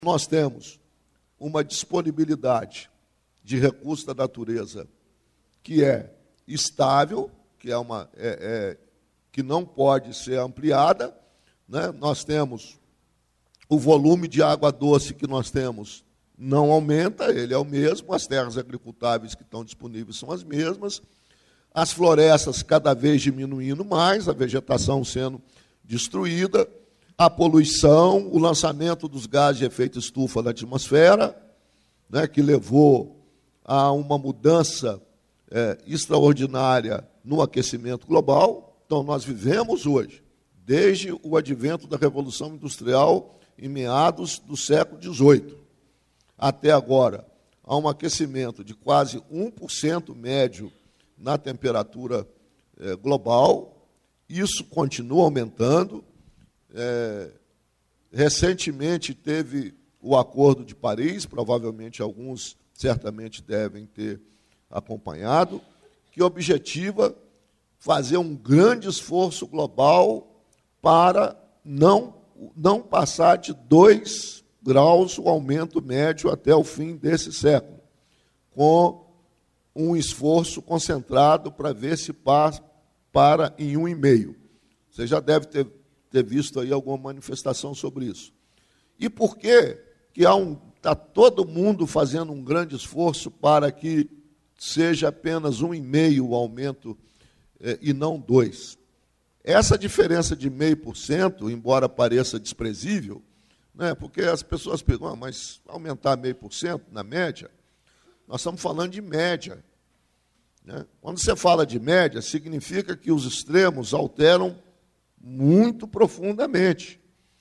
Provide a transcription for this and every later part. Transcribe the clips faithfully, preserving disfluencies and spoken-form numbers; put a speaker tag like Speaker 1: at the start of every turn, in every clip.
Speaker 1: Nós temos uma disponibilidade de recursos da natureza que é estável, que, é uma, é, é, que não pode ser ampliada, né? Nós temos o volume de água doce que nós temos não aumenta, ele é o mesmo, as terras agricultáveis que estão disponíveis são as mesmas, as florestas cada vez diminuindo mais, a vegetação sendo destruída, a poluição, o lançamento dos gases de efeito estufa na atmosfera, né, que levou a uma mudança é, extraordinária no aquecimento global. Então, nós vivemos hoje, desde o advento da Revolução Industrial, em meados do século dezoito, até agora, há um aquecimento de quase um por cento médio na temperatura é, global. Isso continua aumentando. É, recentemente teve o Acordo de Paris, provavelmente alguns certamente devem ter acompanhado, que objetiva fazer um grande esforço global para não, não passar de dois graus o aumento médio até o fim desse século, com um esforço concentrado para ver se passa para em um vírgula cinco. Você já deve ter, ter visto aí alguma manifestação sobre isso. E por que que há um, está todo mundo fazendo um grande esforço para que seja apenas um vírgula cinco o aumento eh, e não dois? Essa diferença de zero vírgula cinco por cento, embora pareça desprezível, né, porque as pessoas perguntam, ah, mas aumentar zero vírgula cinco por cento na média, nós estamos falando de média. Né? Quando você fala de média, significa que os extremos alteram muito profundamente.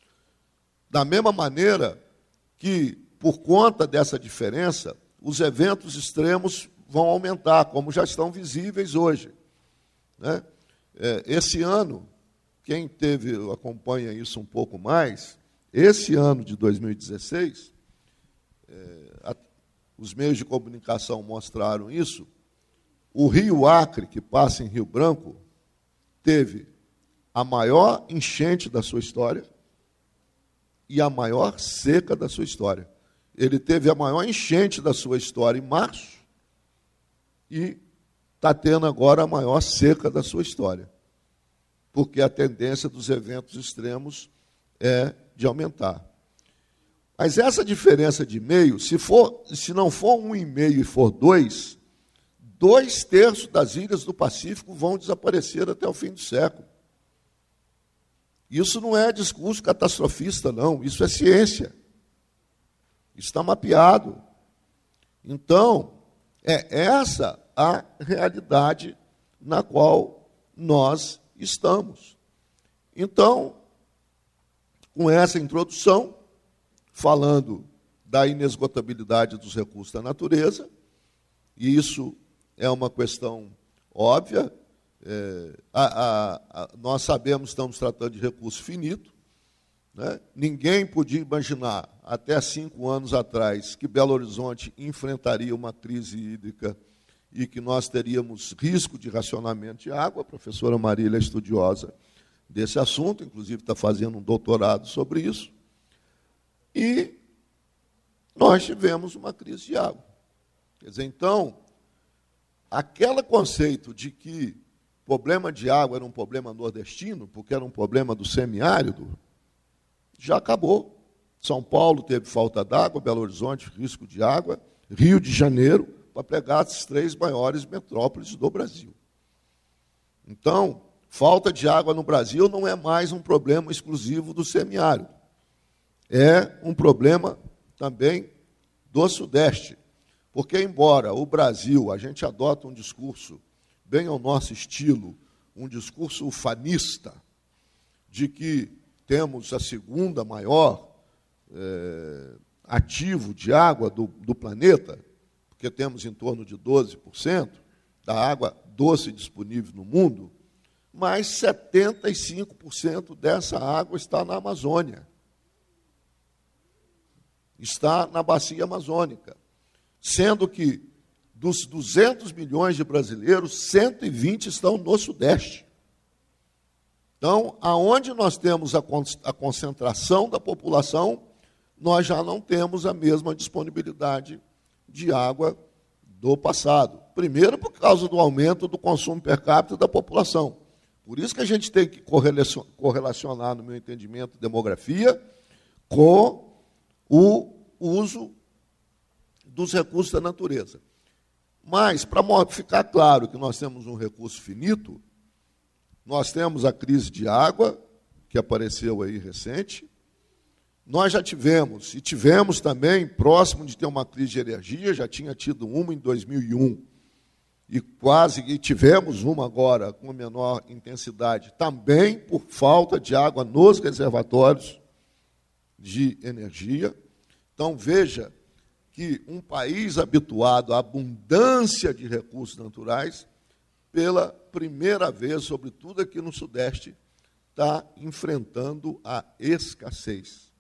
Speaker 1: Da mesma maneira que, por conta dessa diferença, os eventos extremos vão aumentar, como já estão visíveis hoje. Né? Esse ano, quem teve, acompanha isso um pouco mais, esse ano de dois mil e dezesseis, é, a, os meios de comunicação mostraram isso, o Rio Acre, que passa em Rio Branco, teve a maior enchente da sua história e a maior seca da sua história. Ele teve a maior enchente da sua história em março e está tendo agora a maior seca da sua história, porque a tendência dos eventos extremos é de aumentar. Mas essa diferença de meio, se, for, se não for um e meio e for dois, dois terços das ilhas do Pacífico vão desaparecer até o fim do século. Isso não é discurso catastrofista, não. Isso é ciência. Isso está mapeado. Então, é essa a realidade na qual nós estamos. Então, com essa introdução, falando da inesgotabilidade dos recursos da natureza, e isso é uma questão óbvia, é, a, a, a, nós sabemos que estamos tratando de recurso finito, né? Ninguém podia imaginar, até cinco anos atrás, que Belo Horizonte enfrentaria uma crise hídrica e que nós teríamos risco de racionamento de água. A professora Marília é estudiosa desse assunto, inclusive está fazendo um doutorado sobre isso, e nós tivemos uma crise de água. Quer dizer, então, aquele conceito de que problema de água era um problema nordestino, porque era um problema do semiárido, já acabou. São Paulo teve falta d'água, Belo Horizonte, risco de água, Rio de Janeiro, para pegar as três maiores metrópoles do Brasil. Então, falta de água no Brasil não é mais um problema exclusivo do semiárido. É um problema também do Sudeste. Porque, embora o Brasil, a gente adota um discurso bem ao nosso estilo, um discurso ufanista, de que temos a segunda maior é, ativo de água do, do planeta, porque temos em torno de doze por cento da água doce disponível no mundo, mas setenta e cinco por cento dessa água está na Amazônia. Está na bacia amazônica. Sendo que, dos duzentos milhões de brasileiros, cento e vinte estão no Sudeste. Então, aonde nós temos a concentração da população, nós já não temos a mesma disponibilidade de água do passado. Primeiro, por causa do aumento do consumo per capita da população. Por isso que a gente tem que correlacionar, no meu entendimento, demografia com o uso dos recursos da natureza. Mas, para ficar claro que nós temos um recurso finito, nós temos a crise de água, que apareceu aí recente. Nós já tivemos, e tivemos também, próximo de ter uma crise de energia, já tinha tido uma em dois mil e um, e quase e tivemos uma agora com menor intensidade, também por falta de água nos reservatórios de energia. Então, veja que um país habituado à abundância de recursos naturais, pela primeira vez, sobretudo aqui no Sudeste, está enfrentando a escassez.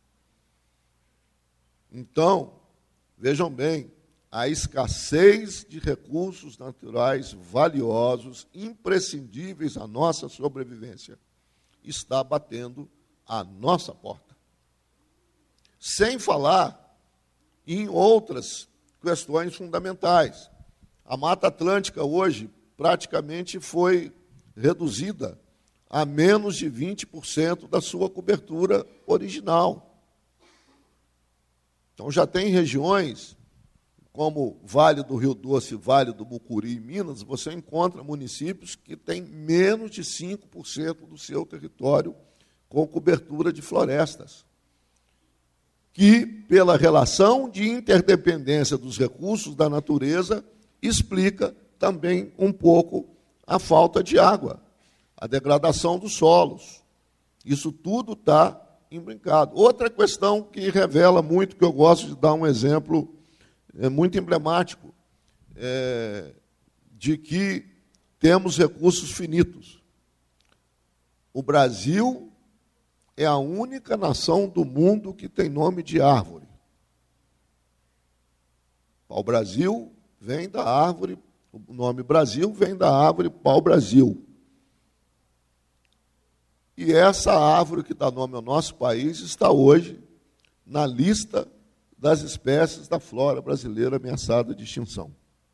Speaker 1: Então, vejam bem, a escassez de recursos naturais valiosos, imprescindíveis à nossa sobrevivência, está batendo à nossa porta. Sem falar em outras questões fundamentais. A Mata Atlântica hoje praticamente foi reduzida a menos de vinte por cento da sua cobertura original. Então já tem regiões como Vale do Rio Doce, Vale do Mucuri, em Minas, você encontra municípios que têm menos de cinco por cento do seu território com cobertura de florestas, que, pela relação de interdependência dos recursos da natureza, explica também um pouco a falta de água, a degradação dos solos. Isso tudo está imbrincado. Outra questão que revela muito, que eu gosto de dar um exemplo é muito emblemático, é, de que temos recursos finitos. O Brasil é a única nação do mundo que tem nome de árvore. O Brasil vem da árvore, o nome Brasil vem da árvore pau-brasil. E essa árvore que dá nome ao nosso país está hoje na lista das espécies da flora brasileira ameaçada de extinção.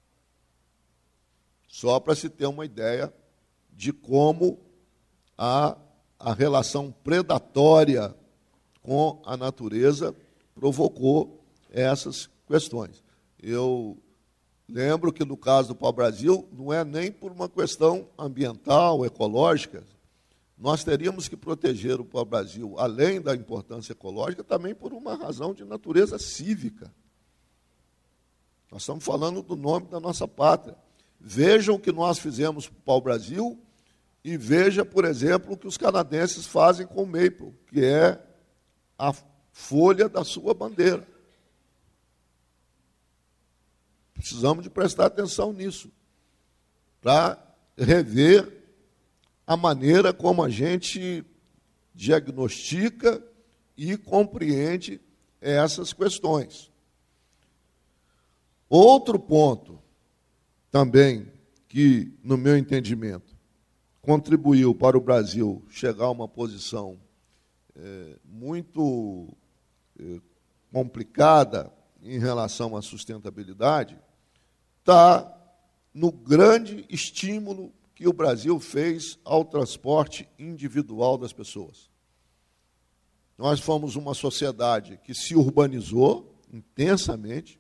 Speaker 1: Só para se ter uma ideia de como a, a relação predatória com a natureza provocou essas questões. Eu lembro que, no caso do pau-brasil, não é nem por uma questão ambiental, ecológica. Nós teríamos que proteger o pau-brasil, além da importância ecológica, também por uma razão de natureza cívica. Nós estamos falando do nome da nossa pátria. Vejam o que nós fizemos para o pau-brasil e veja, por exemplo, o que os canadenses fazem com o maple, que é a folha da sua bandeira. Precisamos de prestar atenção nisso, para rever a maneira como a gente diagnostica e compreende essas questões. Outro ponto também que, no meu entendimento, contribuiu para o Brasil chegar a uma posição é, muito é, complicada em relação à sustentabilidade, está no grande estímulo que o Brasil fez ao transporte individual das pessoas. Nós fomos uma sociedade que se urbanizou intensamente.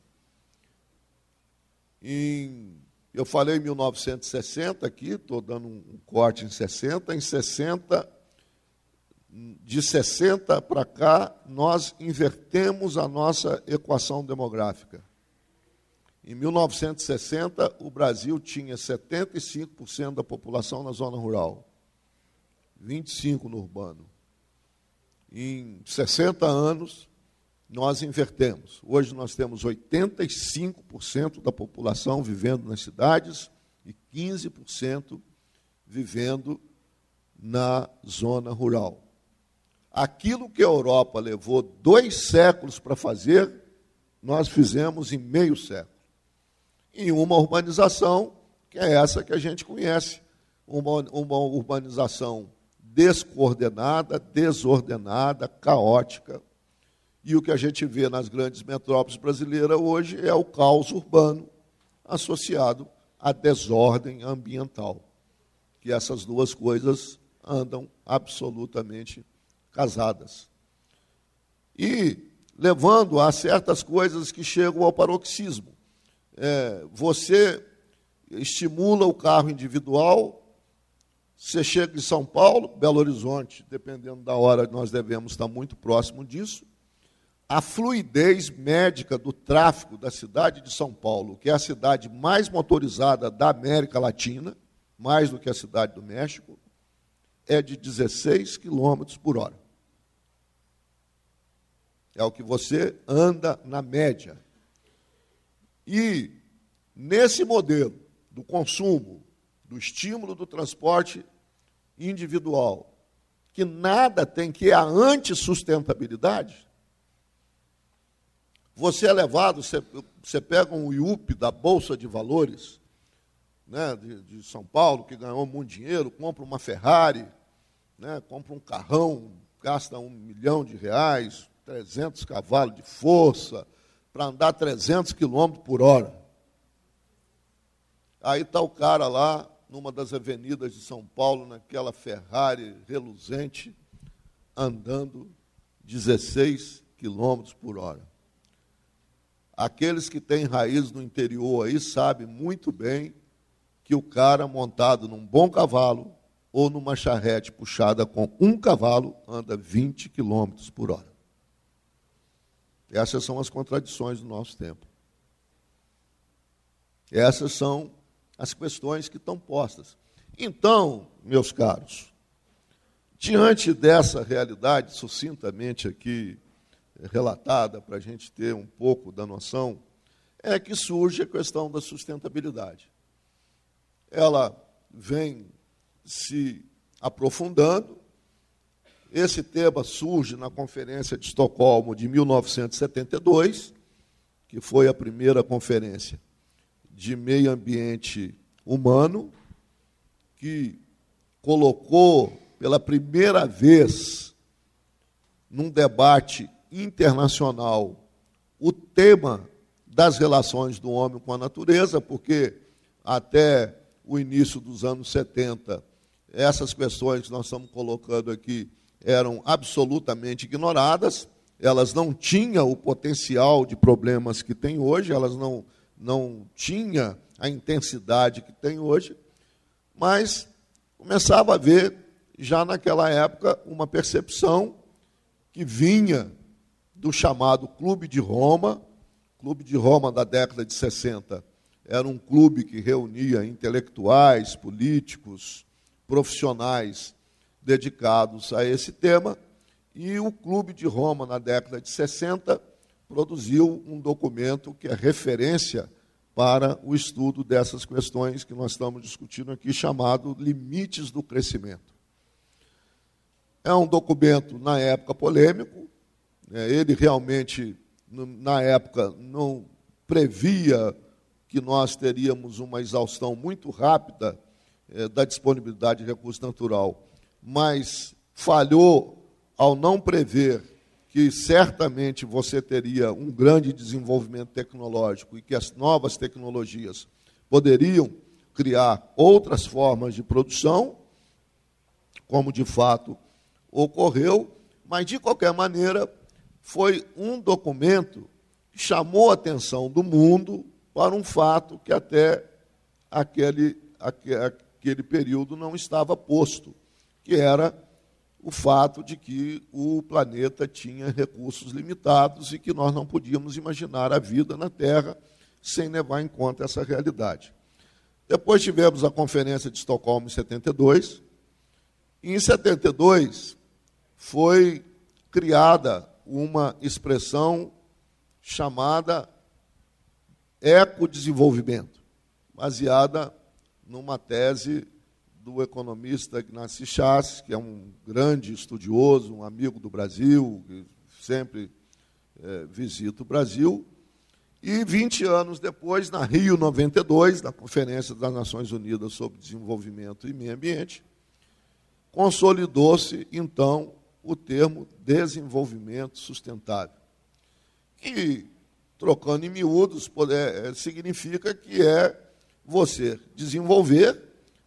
Speaker 1: Em, eu falei em mil novecentos e sessenta aqui, estou dando um corte em sessenta, em sessenta, de sessenta para cá, nós invertemos a nossa equação demográfica. Em mil novecentos e sessenta, o Brasil tinha setenta e cinco por cento da população na zona rural, vinte e cinco por cento no urbano. Em sessenta anos, nós invertemos. Hoje nós temos oitenta e cinco por cento da população vivendo nas cidades e quinze por cento vivendo na zona rural. Aquilo que a Europa levou dois séculos para fazer, nós fizemos em meio século. Em uma urbanização, que é essa que a gente conhece, uma, uma urbanização descoordenada, desordenada, caótica, E o que a gente vê nas grandes metrópoles brasileiras hoje é o caos urbano associado à desordem ambiental, que essas duas coisas andam absolutamente casadas. E levando a certas coisas que chegam ao paroxismo. É, você estimula o carro individual, você chega em São Paulo, Belo Horizonte, dependendo da hora, nós devemos estar muito próximo disso. A fluidez médica do tráfego da cidade de São Paulo, que é a cidade mais motorizada da América Latina, mais do que a cidade do México, é de dezesseis quilômetros por hora. É o que você anda na média. E, nesse modelo do consumo, do estímulo do transporte individual, que nada tem, que é a antissustentabilidade, você é levado, você, você pega um I U P da Bolsa de Valores, né, de, de São Paulo, que ganhou muito dinheiro, compra uma Ferrari, né, compra um carrão, gasta um milhão de reais, trezentos cavalos de força, para andar trezentos quilômetros por hora. Aí está o cara lá, numa das avenidas de São Paulo, naquela Ferrari reluzente, andando dezesseis quilômetros por hora. Aqueles que têm raiz no interior aí sabem muito bem que o cara montado num bom cavalo ou numa charrete puxada com um cavalo anda vinte quilômetros por hora. Essas são as contradições do nosso tempo. Essas são as questões que estão postas. Então, meus caros, diante dessa realidade sucintamente aqui relatada, para a gente ter um pouco da noção, é que surge a questão da sustentabilidade. Ela vem se aprofundando. Esse tema surge na Conferência de Estocolmo de mil novecentos e setenta e dois, que foi a primeira conferência de meio ambiente humano, que colocou pela primeira vez num debate internacional o tema das relações do homem com a natureza, porque até o início dos anos setenta, essas questões que nós estamos colocando aqui eram absolutamente ignoradas, elas não tinham o potencial de problemas que tem hoje, elas não, não tinham a intensidade que tem hoje, mas começava a haver, já naquela época, uma percepção que vinha do chamado Clube de Roma. Clube de Roma da década de sessenta era um clube que reunia intelectuais, políticos, profissionais dedicados a esse tema, e o Clube de Roma, na década de sessenta, produziu um documento que é referência para o estudo dessas questões que nós estamos discutindo aqui, chamado Limites do Crescimento. É um documento, na época, polêmico. Ele realmente, na época, não previa que nós teríamos uma exaustão muito rápida da disponibilidade de recurso natural, mas falhou ao não prever que certamente você teria um grande desenvolvimento tecnológico e que as novas tecnologias poderiam criar outras formas de produção, como de fato ocorreu, mas, de qualquer maneira, foi um documento que chamou a atenção do mundo para um fato que até aquele, aquele período não estava posto, que era o fato de que o planeta tinha recursos limitados e que nós não podíamos imaginar a vida na Terra sem levar em conta essa realidade. Depois tivemos a Conferência de Estocolmo em setenta e dois, e em setenta e dois foi criada uma expressão chamada ecodesenvolvimento, baseada numa tese do economista Ignacio Chas, que é um grande estudioso, um amigo do Brasil, que sempre é, visita o Brasil. E, vinte anos depois, na Rio noventa e dois, na Conferência das Nações Unidas sobre Desenvolvimento e Meio Ambiente, consolidou-se, então, o termo desenvolvimento sustentável. que, trocando em miúdos, poder, significa que é você desenvolver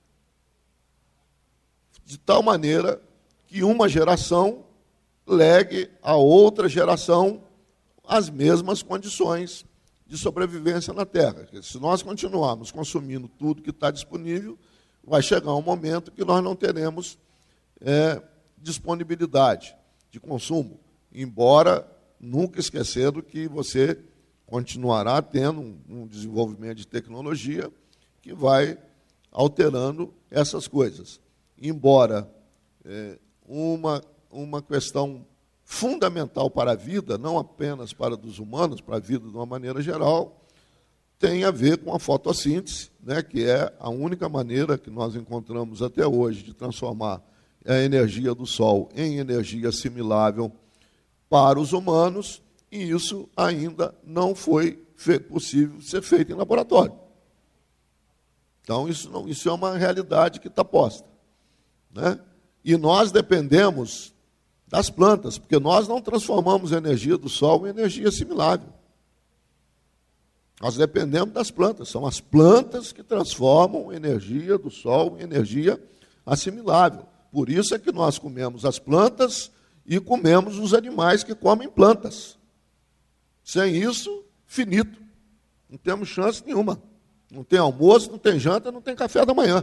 Speaker 1: de tal maneira que uma geração legue a outra geração as mesmas condições de sobrevivência na Terra. Porque se nós continuarmos consumindo tudo que está disponível, vai chegar um momento que nós não teremos é, disponibilidade de consumo, embora nunca esquecendo que você continuará tendo um, um desenvolvimento de tecnologia que vai alterando essas coisas. Embora é, uma, uma questão fundamental para a vida, não apenas para os humanos, para a vida de uma maneira geral, tem a ver com a fotossíntese, né, que é a única maneira que nós encontramos até hoje de transformar a energia do Sol em energia assimilável para os humanos, e isso ainda não foi possível ser feito em laboratório. Então, isso, não, isso é uma realidade que está posta, né? E nós dependemos das plantas, porque nós não transformamos a energia do Sol em energia assimilável. Nós dependemos das plantas, são as plantas que transformam a energia do Sol em energia assimilável. Por isso é que nós comemos as plantas e comemos os animais que comem plantas. Sem isso, finito. Não temos chance nenhuma. Não tem almoço, não tem janta, não tem café da manhã.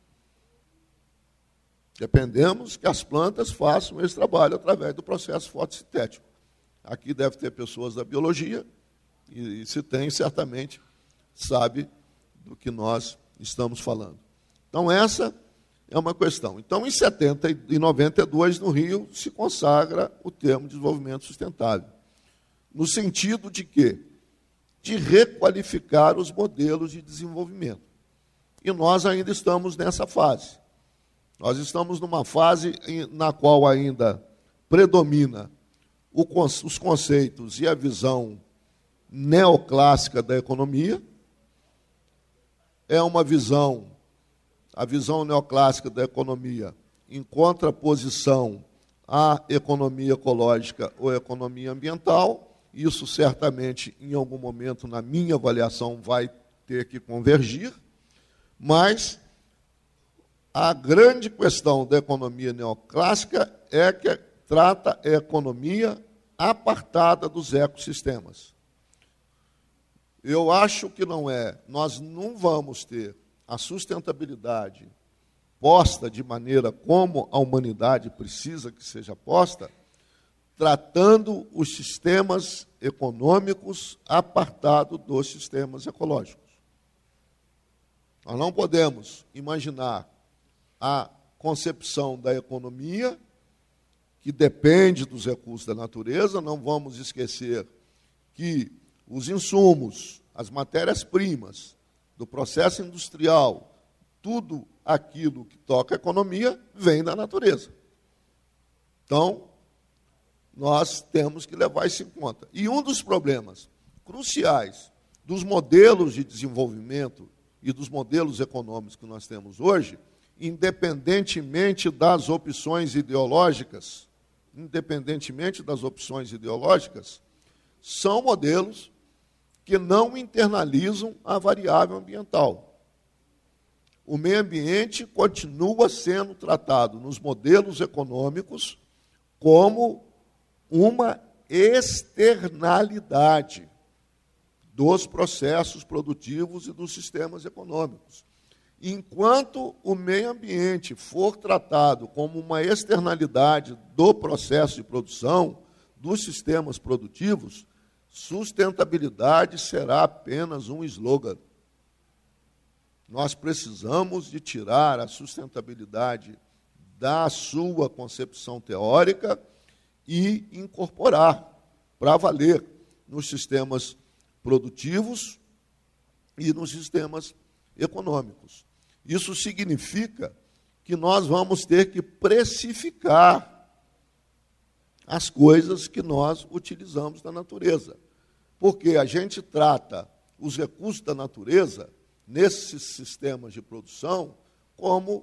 Speaker 1: Dependemos que as plantas façam esse trabalho através do processo fotossintético. Aqui deve ter pessoas da biologia, e, e se tem, certamente sabe do que nós estamos falando. Então, essa é uma questão. Então, em setenta e noventa e dois, no Rio, se consagra o termo desenvolvimento sustentável. No sentido de quê? De requalificar os modelos de desenvolvimento. E nós ainda estamos nessa fase. Nós estamos numa fase na qual ainda predomina os conceitos e a visão neoclássica da economia. É uma visão, a visão neoclássica da economia, em contraposição à economia ecológica ou economia ambiental. Isso certamente, em algum momento, na minha avaliação, vai ter que convergir, mas a grande questão da economia neoclássica é que trata a economia apartada dos ecossistemas. Eu acho que não é, nós não vamos ter a sustentabilidade posta de maneira como a humanidade precisa que seja posta, tratando os sistemas econômicos apartados dos sistemas ecológicos. Nós não podemos imaginar a concepção da economia, que depende dos recursos da natureza. Não vamos esquecer que os insumos, as matérias-primas do processo industrial, tudo aquilo que toca a economia, vem da natureza. Então, nós temos que levar isso em conta. E um dos problemas cruciais dos modelos de desenvolvimento e dos modelos econômicos que nós temos hoje, independentemente das opções ideológicas, independentemente das opções ideológicas, são modelos que não internalizam a variável ambiental. O meio ambiente continua sendo tratado nos modelos econômicos como uma externalidade dos processos produtivos e dos sistemas econômicos. Enquanto o meio ambiente for tratado como uma externalidade do processo de produção, dos sistemas produtivos, sustentabilidade será apenas um slogan. Nós precisamos de tirar a sustentabilidade da sua concepção teórica e incorporar para valer nos sistemas produtivos e nos sistemas econômicos. Isso significa que nós vamos ter que precificar as coisas que nós utilizamos na natureza. Porque a gente trata os recursos da natureza, nesses sistemas de produção, como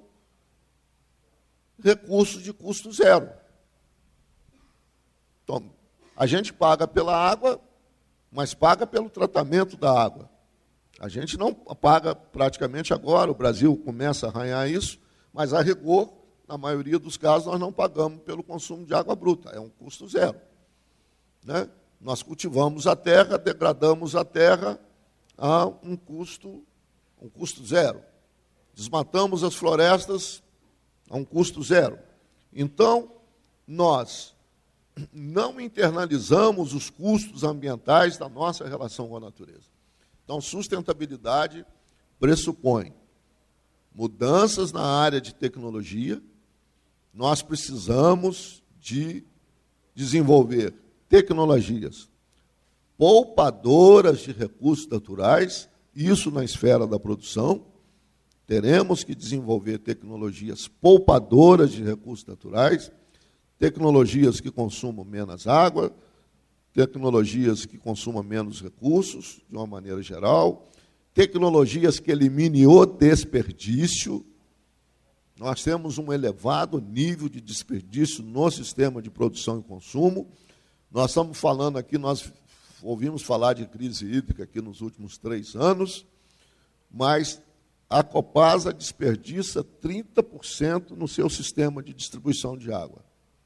Speaker 1: recursos de custo zero. Então, a gente paga pela água mas paga pelo tratamento da água. A gente não paga praticamente agora, o Brasil começa a arranhar isso, mas a rigor, na maioria dos casos, nós não pagamos pelo consumo de água bruta, é um custo zero. Né? Nós cultivamos a terra, degradamos a terra a um custo, um custo zero. Desmatamos as florestas a um custo zero. Então, nós não internalizamos os custos ambientais da nossa relação com a natureza. Então, sustentabilidade pressupõe mudanças na área de tecnologia. Nós precisamos de desenvolver tecnologias poupadoras de recursos naturais, isso na esfera da produção. Teremos que desenvolver tecnologias poupadoras de recursos naturais, tecnologias que consumam menos água, tecnologias que consumam menos recursos, de uma maneira geral, tecnologias que eliminem o desperdício. Nós temos um elevado nível de desperdício no sistema de produção e consumo. Nós estamos falando aqui, nós ouvimos falar de crise hídrica aqui nos últimos três anos, mas a Copasa desperdiça trinta por cento no seu sistema de distribuição de água,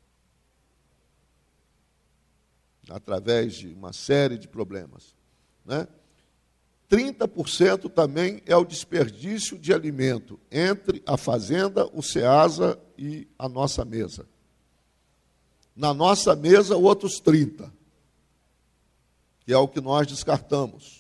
Speaker 1: através de uma série de problemas. Né? trinta por cento também é o desperdício de alimento entre a fazenda, o SEASA e a nossa mesa. Na nossa mesa, outros trinta por cento, que é o que nós descartamos.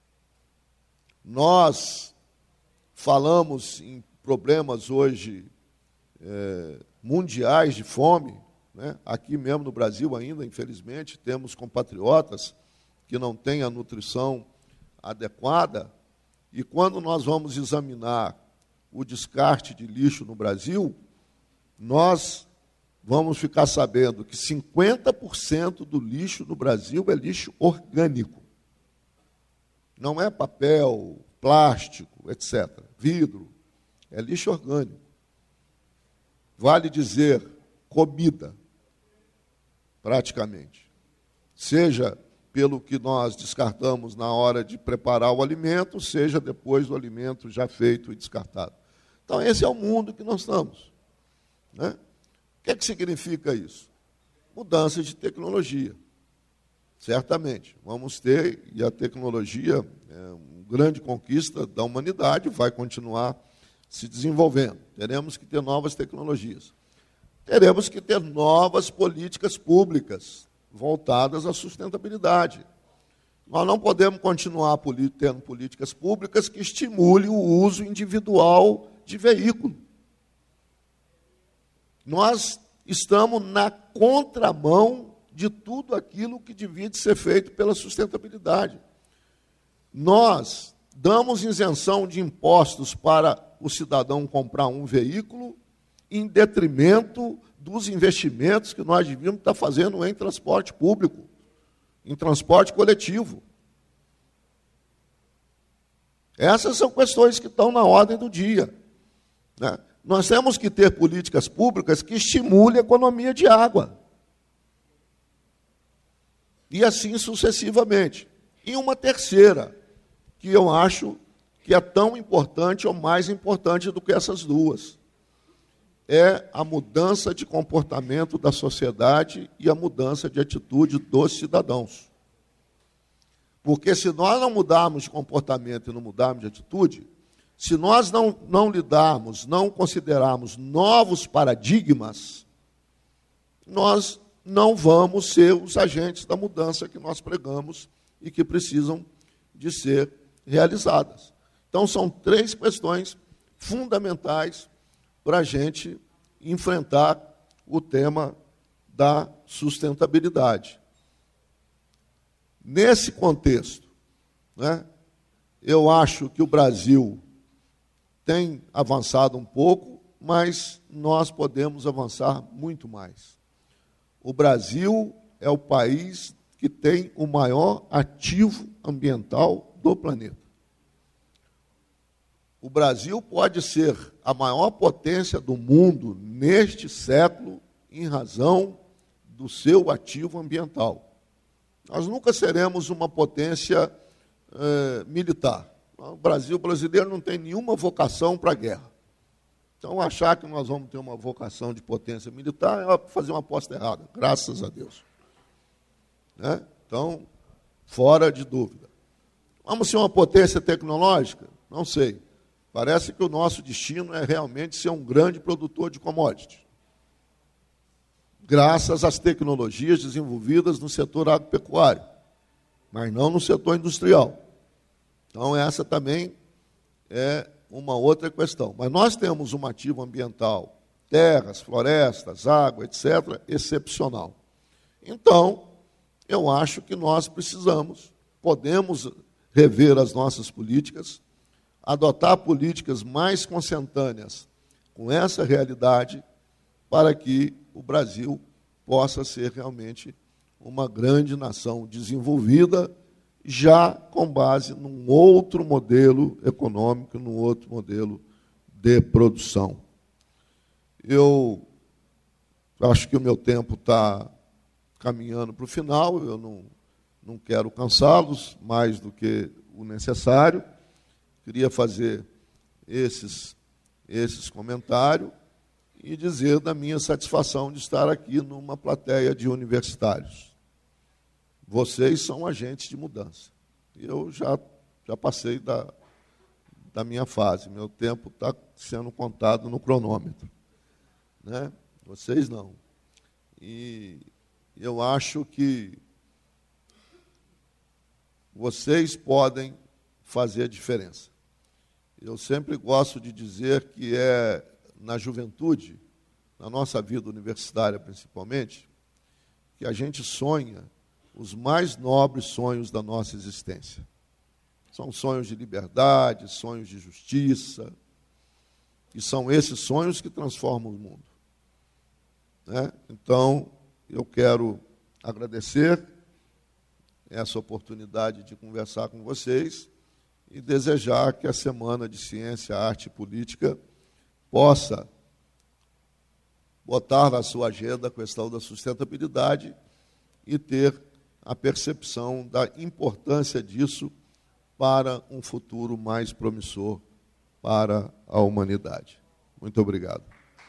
Speaker 1: Nós falamos em problemas hoje é, mundiais de fome, né? Aqui mesmo no Brasil ainda, infelizmente, temos compatriotas que não têm a nutrição adequada, e quando nós vamos examinar o descarte de lixo no Brasil, nós vamos ficar sabendo que cinquenta por cento do lixo no Brasil é lixo orgânico. Não é papel, plástico, etcétera, vidro, é lixo orgânico. Vale dizer, comida, praticamente. Seja pelo que nós descartamos na hora de preparar o alimento, seja depois do alimento já feito e descartado. Então, esse é o mundo que nós estamos. Né? O que é que significa isso? Mudança de tecnologia. Certamente, vamos ter, e a tecnologia é uma grande conquista da humanidade, vai continuar se desenvolvendo. Teremos que ter novas tecnologias. Teremos que ter novas políticas públicas voltadas à sustentabilidade. Nós não podemos continuar tendo políticas públicas que estimulem o uso individual de veículo. Nós estamos na contramão de tudo aquilo que devia de ser feito pela sustentabilidade. Nós damos isenção de impostos para o cidadão comprar um veículo em detrimento dos investimentos que nós devíamos estar fazendo em transporte público, em transporte coletivo. Essas são questões que estão na ordem do dia. Né? Nós temos que ter políticas públicas que estimulem a economia de água. E assim sucessivamente. E uma terceira, que eu acho que é tão importante ou mais importante do que essas duas, é a mudança de comportamento da sociedade e a mudança de atitude dos cidadãos. Porque se nós não mudarmos de comportamento e não mudarmos de atitude, se nós não, não lidarmos, não considerarmos novos paradigmas, nós não vamos ser os agentes da mudança que nós pregamos e que precisam de ser realizadas. Então, são três questões fundamentais para a gente enfrentar o tema da sustentabilidade. Nesse contexto, né, eu acho que o Brasil tem avançado um pouco, mas nós podemos avançar muito mais. O Brasil é o país que tem o maior ativo ambiental do planeta. O Brasil pode ser a maior potência do mundo neste século em razão do seu ativo ambiental. Nós nunca seremos uma potência eh, militar. O Brasil o brasileiro não tem nenhuma vocação para a guerra. Então, achar que nós vamos ter uma vocação de potência militar é fazer uma aposta errada, graças a Deus. Né? Então, fora de dúvida. Vamos ser uma potência tecnológica? Não sei. Parece que o nosso destino é realmente ser um grande produtor de commodities, graças às tecnologias desenvolvidas no setor agropecuário, mas não no setor industrial. Então, essa também é uma outra questão. Mas nós temos um ativo ambiental, terras, florestas, água, etcétera, excepcional. Então, eu acho que nós precisamos, podemos rever as nossas políticas, adotar políticas mais consentâneas com essa realidade, para que o Brasil possa ser realmente uma grande nação desenvolvida, já com base num outro modelo econômico, num outro modelo de produção. Eu acho que o meu tempo está caminhando para o final, eu não, não quero cansá-los mais do que o necessário. Queria fazer esses, esses comentários e dizer da minha satisfação de estar aqui numa plateia de universitários. Vocês são agentes de mudança. Eu já, já passei da, da minha fase, meu tempo está sendo contado no cronômetro. Né? Vocês não. E eu acho que vocês podem fazer a diferença. Eu sempre gosto de dizer que é na juventude, na nossa vida universitária principalmente, que a gente sonha os mais nobres sonhos da nossa existência. São sonhos de liberdade, sonhos de justiça, e são esses sonhos que transformam o mundo. Né? Então, eu quero agradecer essa oportunidade de conversar com vocês e desejar que a Semana de Ciência, Arte e Política possa botar na sua agenda a questão da sustentabilidade e ter a percepção da importância disso para um futuro mais promissor para a humanidade. Muito obrigado.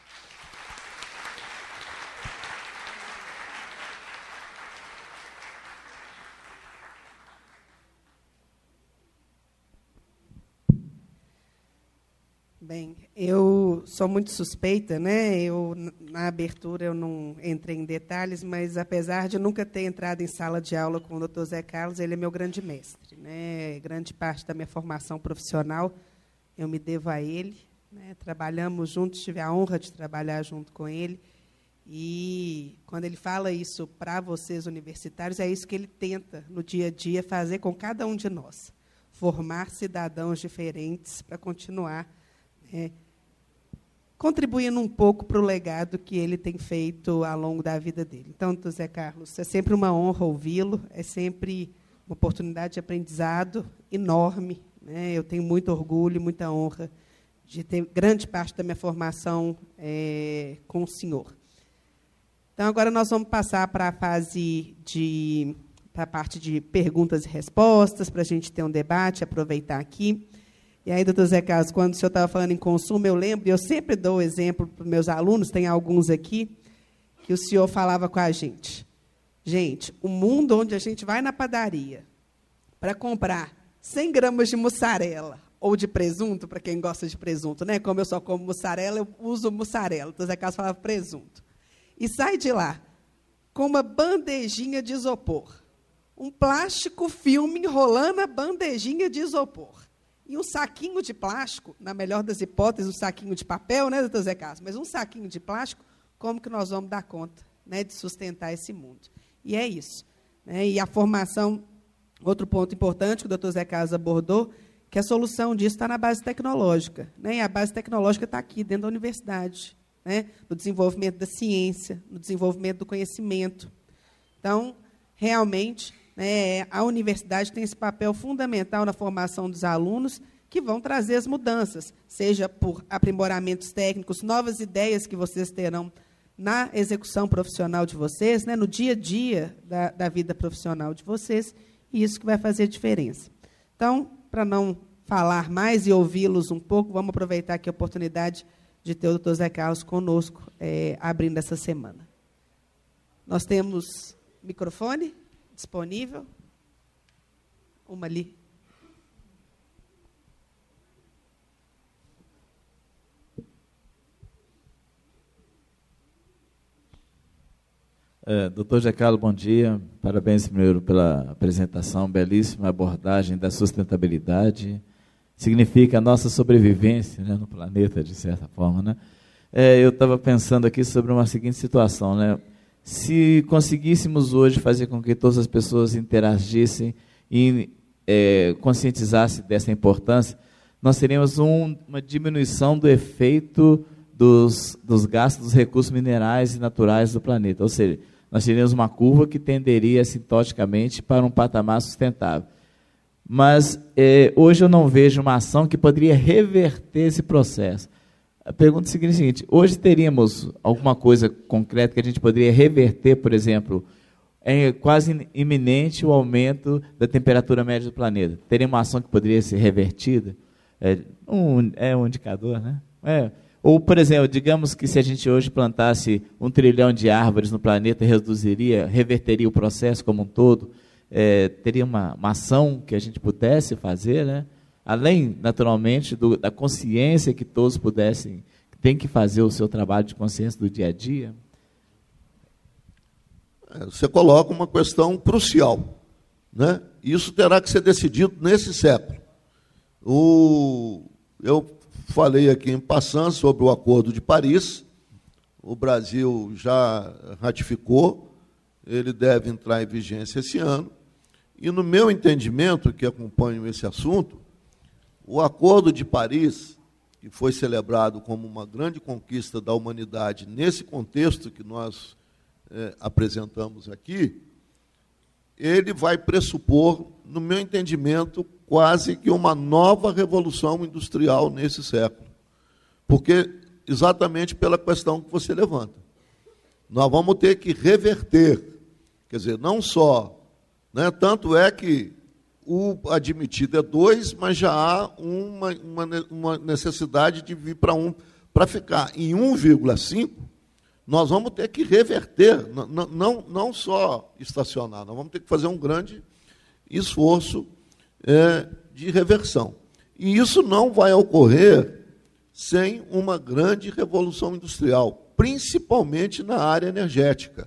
Speaker 2: Bem, eu sou muito suspeita, né? Eu, na abertura eu não entrei em detalhes, mas apesar de nunca ter entrado em sala de aula com o doutor Zé Carlos, ele é meu grande mestre, né? Grande parte da minha formação profissional eu me devo a ele, né? Trabalhamos juntos, tive a honra de trabalhar junto com ele, e quando ele fala isso para vocês universitários, é isso que ele tenta, no dia a dia, fazer com cada um de nós, formar cidadãos diferentes para continuar É, contribuindo um pouco para o legado que ele tem feito ao longo da vida dele. Então, doutor Zé Carlos, é sempre uma honra ouvi-lo, é sempre uma oportunidade de aprendizado enorme. Né? Eu tenho muito orgulho, muita honra de ter grande parte da minha formação é, com o senhor. Então, agora nós vamos passar para a fase de, para a parte de perguntas e respostas, para a gente ter um debate, aproveitar aqui. E aí, doutor Zé Carlos, quando o senhor estava falando em consumo, eu lembro, e eu sempre dou o exemplo para os meus alunos, tem alguns aqui, que o senhor falava com a gente. Gente, o mundo onde a gente vai na padaria para comprar cem gramas de mussarela ou de presunto, para quem gosta de presunto, né? Como eu só como mussarela, eu uso mussarela. O doutor Zé Carlos falava presunto. E sai de lá com uma bandejinha de isopor. Um plástico filme enrolando a bandejinha de isopor. E um saquinho de plástico, na melhor das hipóteses, um saquinho de papel, né, doutor Zé Carlos? Mas um saquinho de plástico, como que nós vamos dar conta, né, de sustentar esse mundo? E é isso. Né? E a formação, outro ponto importante que o doutor Zé Carlos abordou, que a solução disso está na base tecnológica. Né? E a base tecnológica está aqui, dentro da universidade, né? No desenvolvimento da ciência, no desenvolvimento do conhecimento. Então, realmente, né, a universidade tem esse papel fundamental na formação dos alunos que vão trazer as mudanças, seja por aprimoramentos técnicos, novas ideias que vocês terão na execução profissional de vocês, né, no dia a dia da, da vida profissional de vocês, e isso que vai fazer a diferença. Então, para não falar mais e ouvi-los um pouco, vamos aproveitar aqui a oportunidade de ter o doutor Zé Carlos conosco, é, abrindo essa semana. Nós temos microfone disponível. Uma ali.
Speaker 3: É, doutor Zé Carlos, bom dia. Parabéns primeiro pela apresentação, belíssima abordagem da sustentabilidade. Significa a nossa sobrevivência, né, no planeta, de certa forma. Né? É, eu estava pensando aqui sobre uma seguinte situação. Né? Se conseguíssemos hoje fazer com que todas as pessoas interagissem e é, conscientizassem dessa importância, nós teríamos um, uma diminuição do efeito dos, dos gastos dos recursos minerais e naturais do planeta. Ou seja, nós teríamos uma curva que tenderia assintoticamente para um patamar sustentável. Mas eh, hoje eu não vejo uma ação que poderia reverter esse processo. A pergunta é a seguinte: hoje teríamos alguma coisa concreta que a gente poderia reverter, por exemplo, é quase iminente o aumento da temperatura média do planeta. Teria uma ação que poderia ser revertida? É um, é um indicador, né? É. Ou, por exemplo, digamos que se a gente hoje plantasse um trilhão de árvores no planeta, reduziria, reverteria o processo como um todo, é, teria uma, uma ação que a gente pudesse fazer, né? Além, naturalmente, do, da consciência que todos pudessem, que tem que fazer o seu trabalho de consciência do dia a dia.
Speaker 1: Você coloca uma questão crucial, né? Isso terá que ser decidido nesse século. O, eu falei aqui em passant sobre o Acordo de Paris. O Brasil já ratificou, ele deve entrar em vigência esse ano. E, no meu entendimento, que acompanho esse assunto, o Acordo de Paris, que foi celebrado como uma grande conquista da humanidade nesse contexto que nós é, apresentamos aqui, ele vai pressupor, no meu entendimento, quase que uma nova revolução industrial nesse século. Porque, exatamente pela questão que você levanta, nós vamos ter que reverter, quer dizer, não só, né, tanto é que o admitido é dois, mas já há uma, uma, uma necessidade de vir para um, para ficar em um vírgula cinco, nós vamos ter que reverter, não, não, não só estacionar, nós vamos ter que fazer um grande esforço é, de reversão. E isso não vai ocorrer sem uma grande revolução industrial, principalmente na área energética.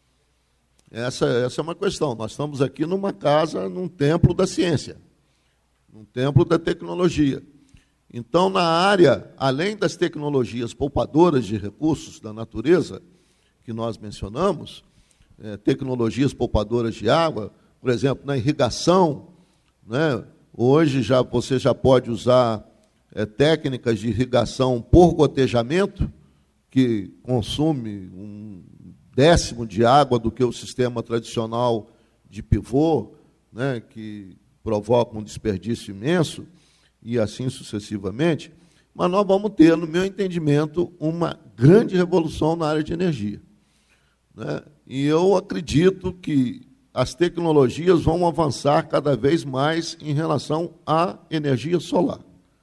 Speaker 1: Essa, essa é uma questão. Nós estamos aqui numa casa, num templo da ciência, num templo da tecnologia. Então, na área, além das tecnologias poupadoras de recursos da natureza, que nós mencionamos, é, tecnologias poupadoras de água, por exemplo, na irrigação, né, hoje já, você já pode usar é, técnicas de irrigação por gotejamento, que consome um décimo de água do que o sistema tradicional de pivô, né, que provoca um desperdício imenso, e assim sucessivamente. Mas nós vamos ter, no meu entendimento, uma grande revolução na área de energia, né? E eu acredito que as tecnologias vão avançar cada vez mais em relação à energia solar.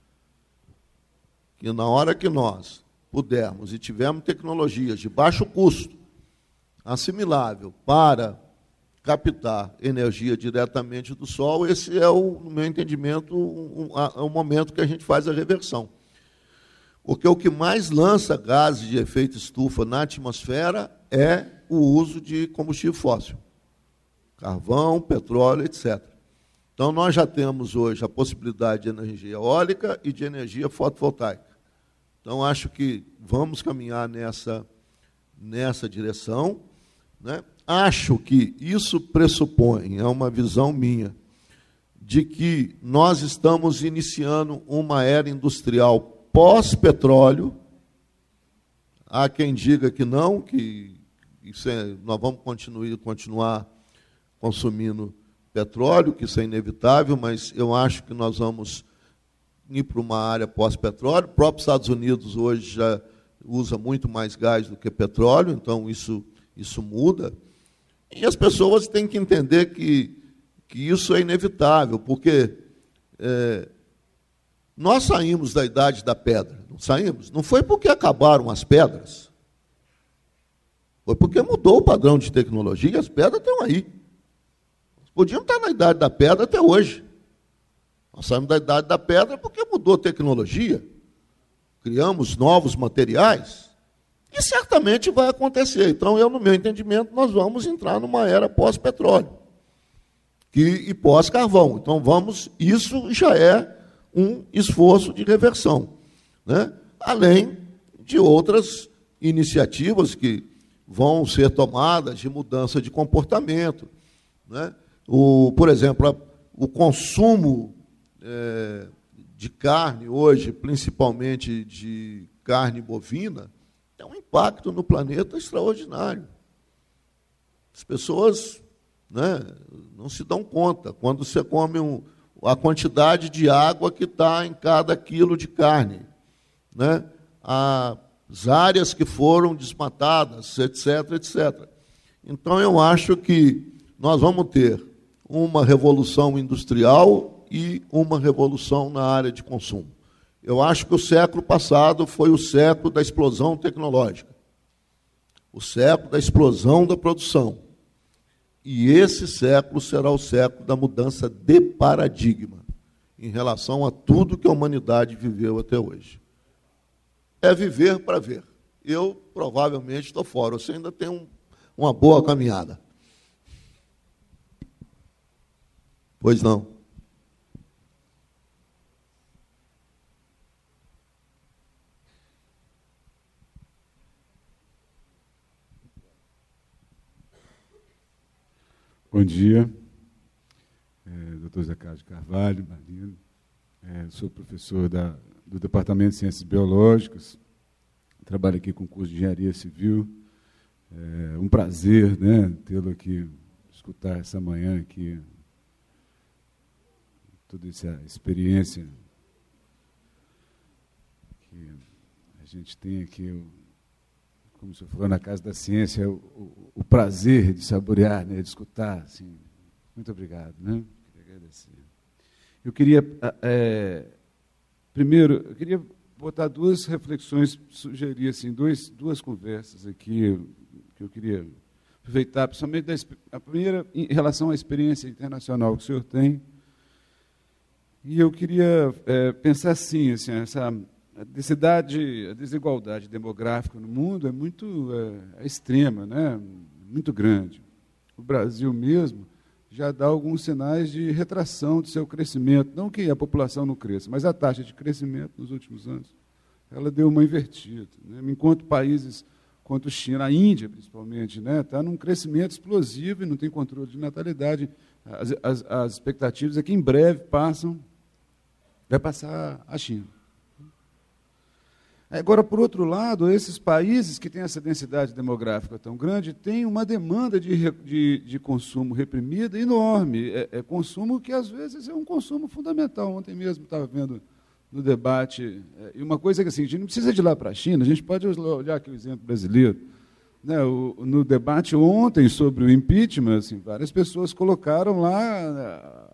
Speaker 1: Que na hora que nós pudermos e tivermos tecnologias de baixo custo, assimilável para captar energia diretamente do sol, esse é, o, no meu entendimento, um, um, é o momento que a gente faz a reversão. Porque o que mais lança gases de efeito estufa na atmosfera é o uso de combustível fóssil. Carvão, petróleo, etcétera. Então, nós já temos hoje a possibilidade de energia eólica e de energia fotovoltaica. Então, acho que vamos caminhar nessa, nessa direção, né? Acho que isso pressupõe, é uma visão minha, de que nós estamos iniciando uma era industrial pós-petróleo. Há quem diga que não, que isso é, nós vamos continuar, continuar consumindo petróleo, que isso é inevitável, mas eu acho que nós vamos ir para uma área pós-petróleo. O próprio Estados Unidos hoje já, usa muito mais gás do que petróleo, então isso, isso muda. E as pessoas têm que entender que, que isso é inevitável, porque é, nós saímos da idade da pedra, não saímos? Não foi porque acabaram as pedras, foi porque mudou o padrão de tecnologia e as pedras estão aí. Podiam estar na idade da pedra até hoje. Nós saímos da idade da pedra porque mudou a tecnologia, criamos novos materiais, e certamente vai acontecer. Então, eu, no meu entendimento, nós vamos entrar numa era pós-petróleo que, e pós-carvão. Então, vamos, isso já é um esforço de reversão, né? Além de outras iniciativas que vão ser tomadas de mudança de comportamento, né? O, por exemplo, a, o consumo é, de carne hoje, principalmente de carne bovina, tem um impacto no planeta extraordinário. As pessoas, né, não se dão conta. Quando você come um, a quantidade de água que está em cada quilo de carne, né, as áreas que foram desmatadas, etc, etcétera. Então, eu acho que nós vamos ter uma revolução industrial e uma revolução na área de consumo. Eu acho que o século passado foi o século da explosão tecnológica, o século da explosão da produção. E esse século será o século da mudança de paradigma em relação a tudo que a humanidade viveu até hoje. É viver para ver. Eu, provavelmente, estou fora. Você ainda tem um, uma boa caminhada. Pois não.
Speaker 4: Bom dia, é, doutor Zé Carlos de Carvalho, Marino. É, sou professor da, do Departamento de Ciências Biológicas, trabalho aqui com o curso de Engenharia Civil. É um prazer, né, tê-lo aqui, escutar essa manhã aqui, toda essa experiência que a gente tem aqui, como o senhor falou, na Casa da Ciência, o, o, o prazer de saborear, né, de escutar. Assim. Muito obrigado. Né? Queria agradecer. Eu queria, é, primeiro, eu queria botar duas reflexões, sugerir assim, dois, duas conversas aqui, que eu queria aproveitar, principalmente da, a primeira em relação à experiência internacional que o senhor tem. E eu queria é, pensar assim, assim, essa a densidade, a desigualdade demográfica no mundo é muito é, é extrema, né? Muito grande. O Brasil mesmo já dá alguns sinais de retração do seu crescimento. Não que a população não cresça, mas a taxa de crescimento nos últimos anos ela deu uma invertida. Né? Enquanto países quanto China, a Índia principalmente, né, está num crescimento explosivo e não tem controle de natalidade. As, as, as expectativas é que em breve passam, vai passar a China. Agora, por outro lado, esses países que têm essa densidade demográfica tão grande têm uma demanda de, de, de consumo reprimida enorme. É, é consumo que, às vezes, é um consumo fundamental. Ontem mesmo estava vendo no debate, é, e uma coisa que assim, a gente não precisa de ir lá para a China, a gente pode olhar aqui o exemplo brasileiro. Né, o, no debate ontem sobre o impeachment, assim, várias pessoas colocaram lá...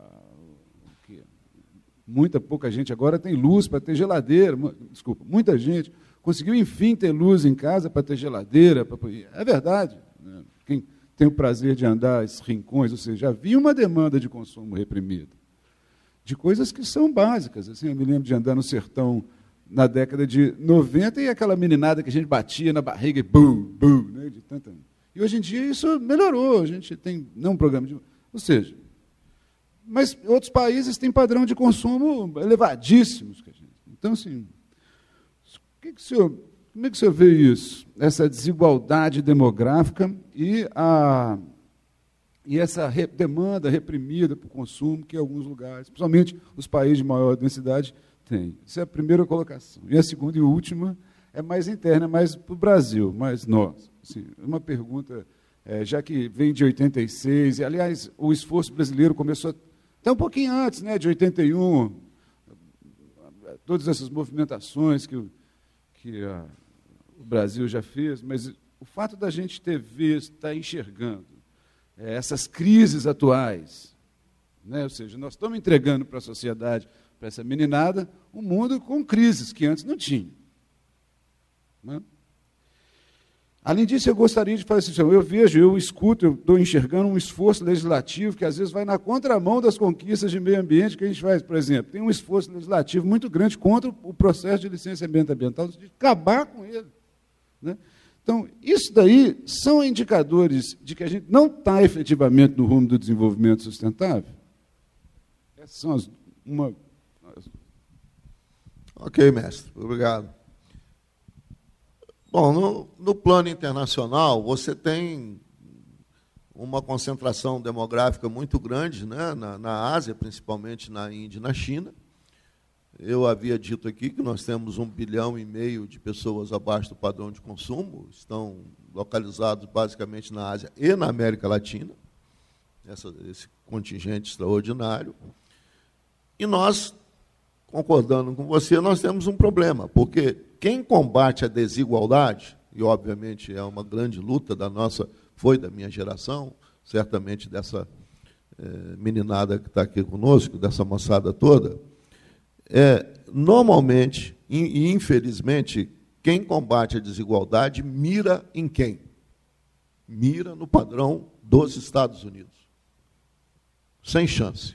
Speaker 4: Muita pouca gente agora tem luz para ter geladeira. Desculpa, muita gente conseguiu, enfim, ter luz em casa para ter geladeira. Para... É verdade. Né? Quem tem o prazer de andar esses rincões, ou seja, havia uma demanda de consumo reprimida, de coisas que são básicas. Assim, eu me lembro de andar no sertão na década de noventa e aquela meninada que a gente batia na barriga e bum, bum, né? De tanta... E hoje em dia isso melhorou. A gente tem não um programa de... Ou seja, mas outros países têm padrão de consumo elevadíssimos. Então, assim, o que que o senhor, como é que o senhor vê isso? Essa desigualdade demográfica e, a, e essa re, demanda reprimida por consumo que alguns lugares, principalmente os países de maior densidade, têm. Essa é a primeira colocação. E a segunda e última é mais interna, é mais para o Brasil, mais nós. Assim, uma pergunta, é, já que vem de oitenta e seis, e, aliás, o esforço brasileiro começou até um pouquinho antes, né, de oitenta e um, todas essas movimentações que, que a, o Brasil já fez, mas o fato da gente ter visto, estar enxergando é, essas crises atuais, né? Ou seja, nós estamos entregando para a sociedade, para essa meninada, um mundo com crises que antes não tinha. Né? Além disso, eu gostaria de falar assim, eu vejo, eu escuto, eu estou enxergando um esforço legislativo que às vezes vai na contramão das conquistas de meio ambiente que a gente faz. Por exemplo, tem um esforço legislativo muito grande contra o processo de licenciamento ambiental, de acabar com ele. Né? Então, isso daí são indicadores de que a gente não está efetivamente no rumo do desenvolvimento sustentável. Essas são as, uma...
Speaker 1: Ok, mestre, obrigado. Bom, no, no plano internacional, você tem uma concentração demográfica muito grande, né, na, na Ásia, principalmente na Índia e na China. Eu havia dito aqui que nós temos um bilhão e meio de pessoas abaixo do padrão de consumo, estão localizados basicamente na Ásia e na América Latina, essa, esse contingente extraordinário. E nós, concordando com você, nós temos um problema, porque quem combate a desigualdade, e obviamente é uma grande luta da nossa, foi da minha geração, certamente dessa eh, meninada que está aqui conosco, dessa moçada toda, é, normalmente, e infelizmente, quem combate a desigualdade mira em quem? Mira no padrão dos Estados Unidos. Sem chance.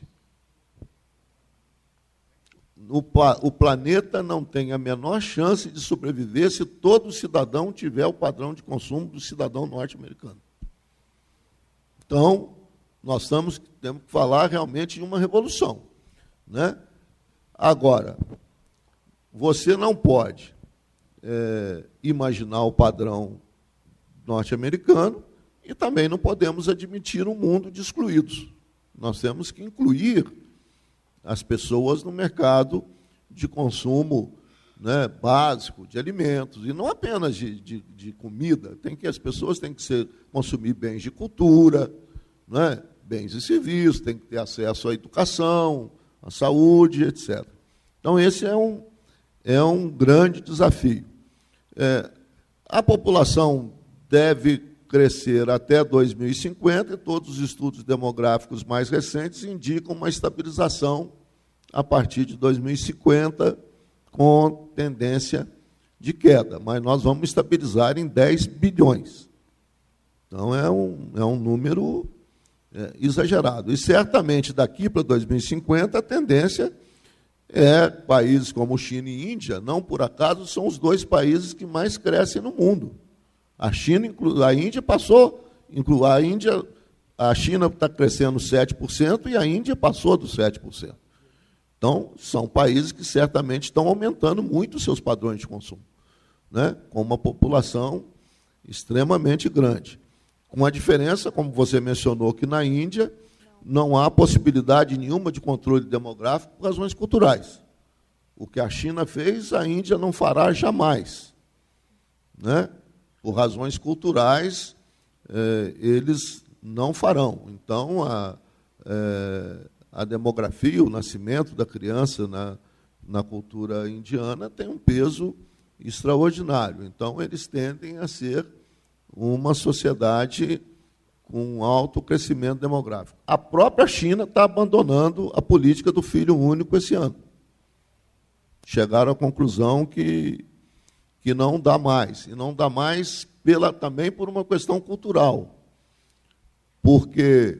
Speaker 1: O, o planeta não tem a menor chance de sobreviver se todo cidadão tiver o padrão de consumo do cidadão norte-americano. Então, nós estamos, temos que falar realmente de uma revolução. Né? Agora, você não pode é, imaginar o padrão norte-americano e também não podemos admitir um mundo de excluídos. Nós temos que incluir as pessoas no mercado de consumo, né, básico, de alimentos, e não apenas de, de, de comida. Tem que, as pessoas têm que ser, consumir bens de cultura, né, bens e serviços, têm que ter acesso à educação, à saúde, etcétera. Então, esse é um, é um grande desafio. É, a população deve crescer até dois mil e cinquenta, e todos os estudos demográficos mais recentes indicam uma estabilização a partir de dois mil e cinquenta, com tendência de queda, mas nós vamos estabilizar em dez bilhões. Então, é um, é um número é, exagerado. E, certamente, daqui para dois mil e cinquenta, a tendência é países como China e Índia, não por acaso, são os dois países que mais crescem no mundo. A China, a Índia passou, a Índia, a China está crescendo sete por cento e a Índia passou dos sete por cento. Então, são países que certamente estão aumentando muito os seus padrões de consumo, né? Com uma população extremamente grande. Com a diferença, como você mencionou, que na Índia não há possibilidade nenhuma de controle demográfico por razões culturais. O que a China fez, a Índia não fará jamais, né? Por razões culturais, eh, eles não farão. Então, a, eh, a demografia, o nascimento da criança na, na cultura indiana tem um peso extraordinário. Então, eles tendem a ser uma sociedade com alto crescimento demográfico. A própria China está abandonando a política do filho único esse ano. Chegaram à conclusão que que não dá mais, e não dá mais pela, também por uma questão cultural, porque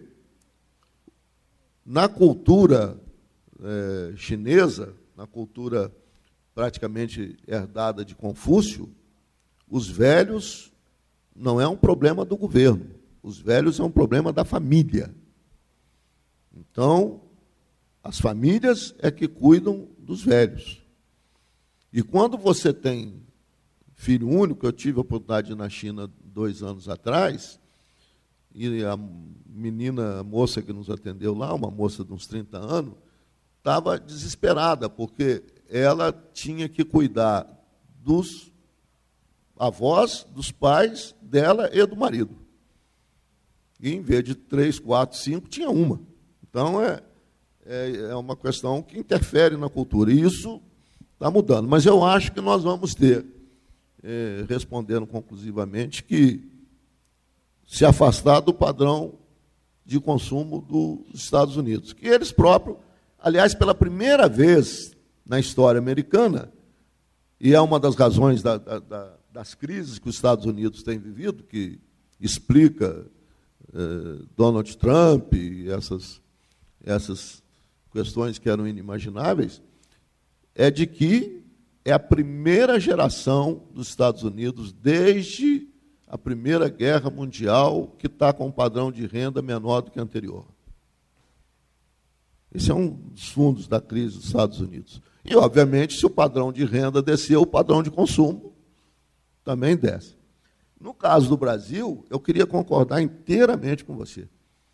Speaker 1: na cultura é, chinesa, na cultura praticamente herdada de Confúcio, os velhos não é um problema do governo, os velhos é um problema da família. Então, as famílias é que cuidam dos velhos. E quando você tem filho único, eu tive a oportunidade de ir na China dois anos atrás, e a menina, a moça que nos atendeu lá, uma moça de uns trinta anos, estava desesperada, porque ela tinha que cuidar dos avós, dos pais dela e do marido. E, em vez de três, quatro, cinco, tinha uma. Então, é, é, é uma questão que interfere na cultura. E isso está mudando. Mas eu acho que nós vamos ter eh, responderam conclusivamente que se afastar do padrão de consumo dos Estados Unidos, que eles próprios, aliás, pela primeira vez na história americana, e é uma das razões da, da, das crises que os Estados Unidos têm vivido, que explica eh, Donald Trump e essas, essas questões que eram inimagináveis, é de que é a primeira geração dos Estados Unidos, desde a Primeira Guerra Mundial, que está com um padrão de renda menor do que o anterior. Esse é um dos fundos da crise dos Estados Unidos. E, obviamente, se o padrão de renda descer, o padrão de consumo também desce. No caso do Brasil, eu queria concordar inteiramente com você.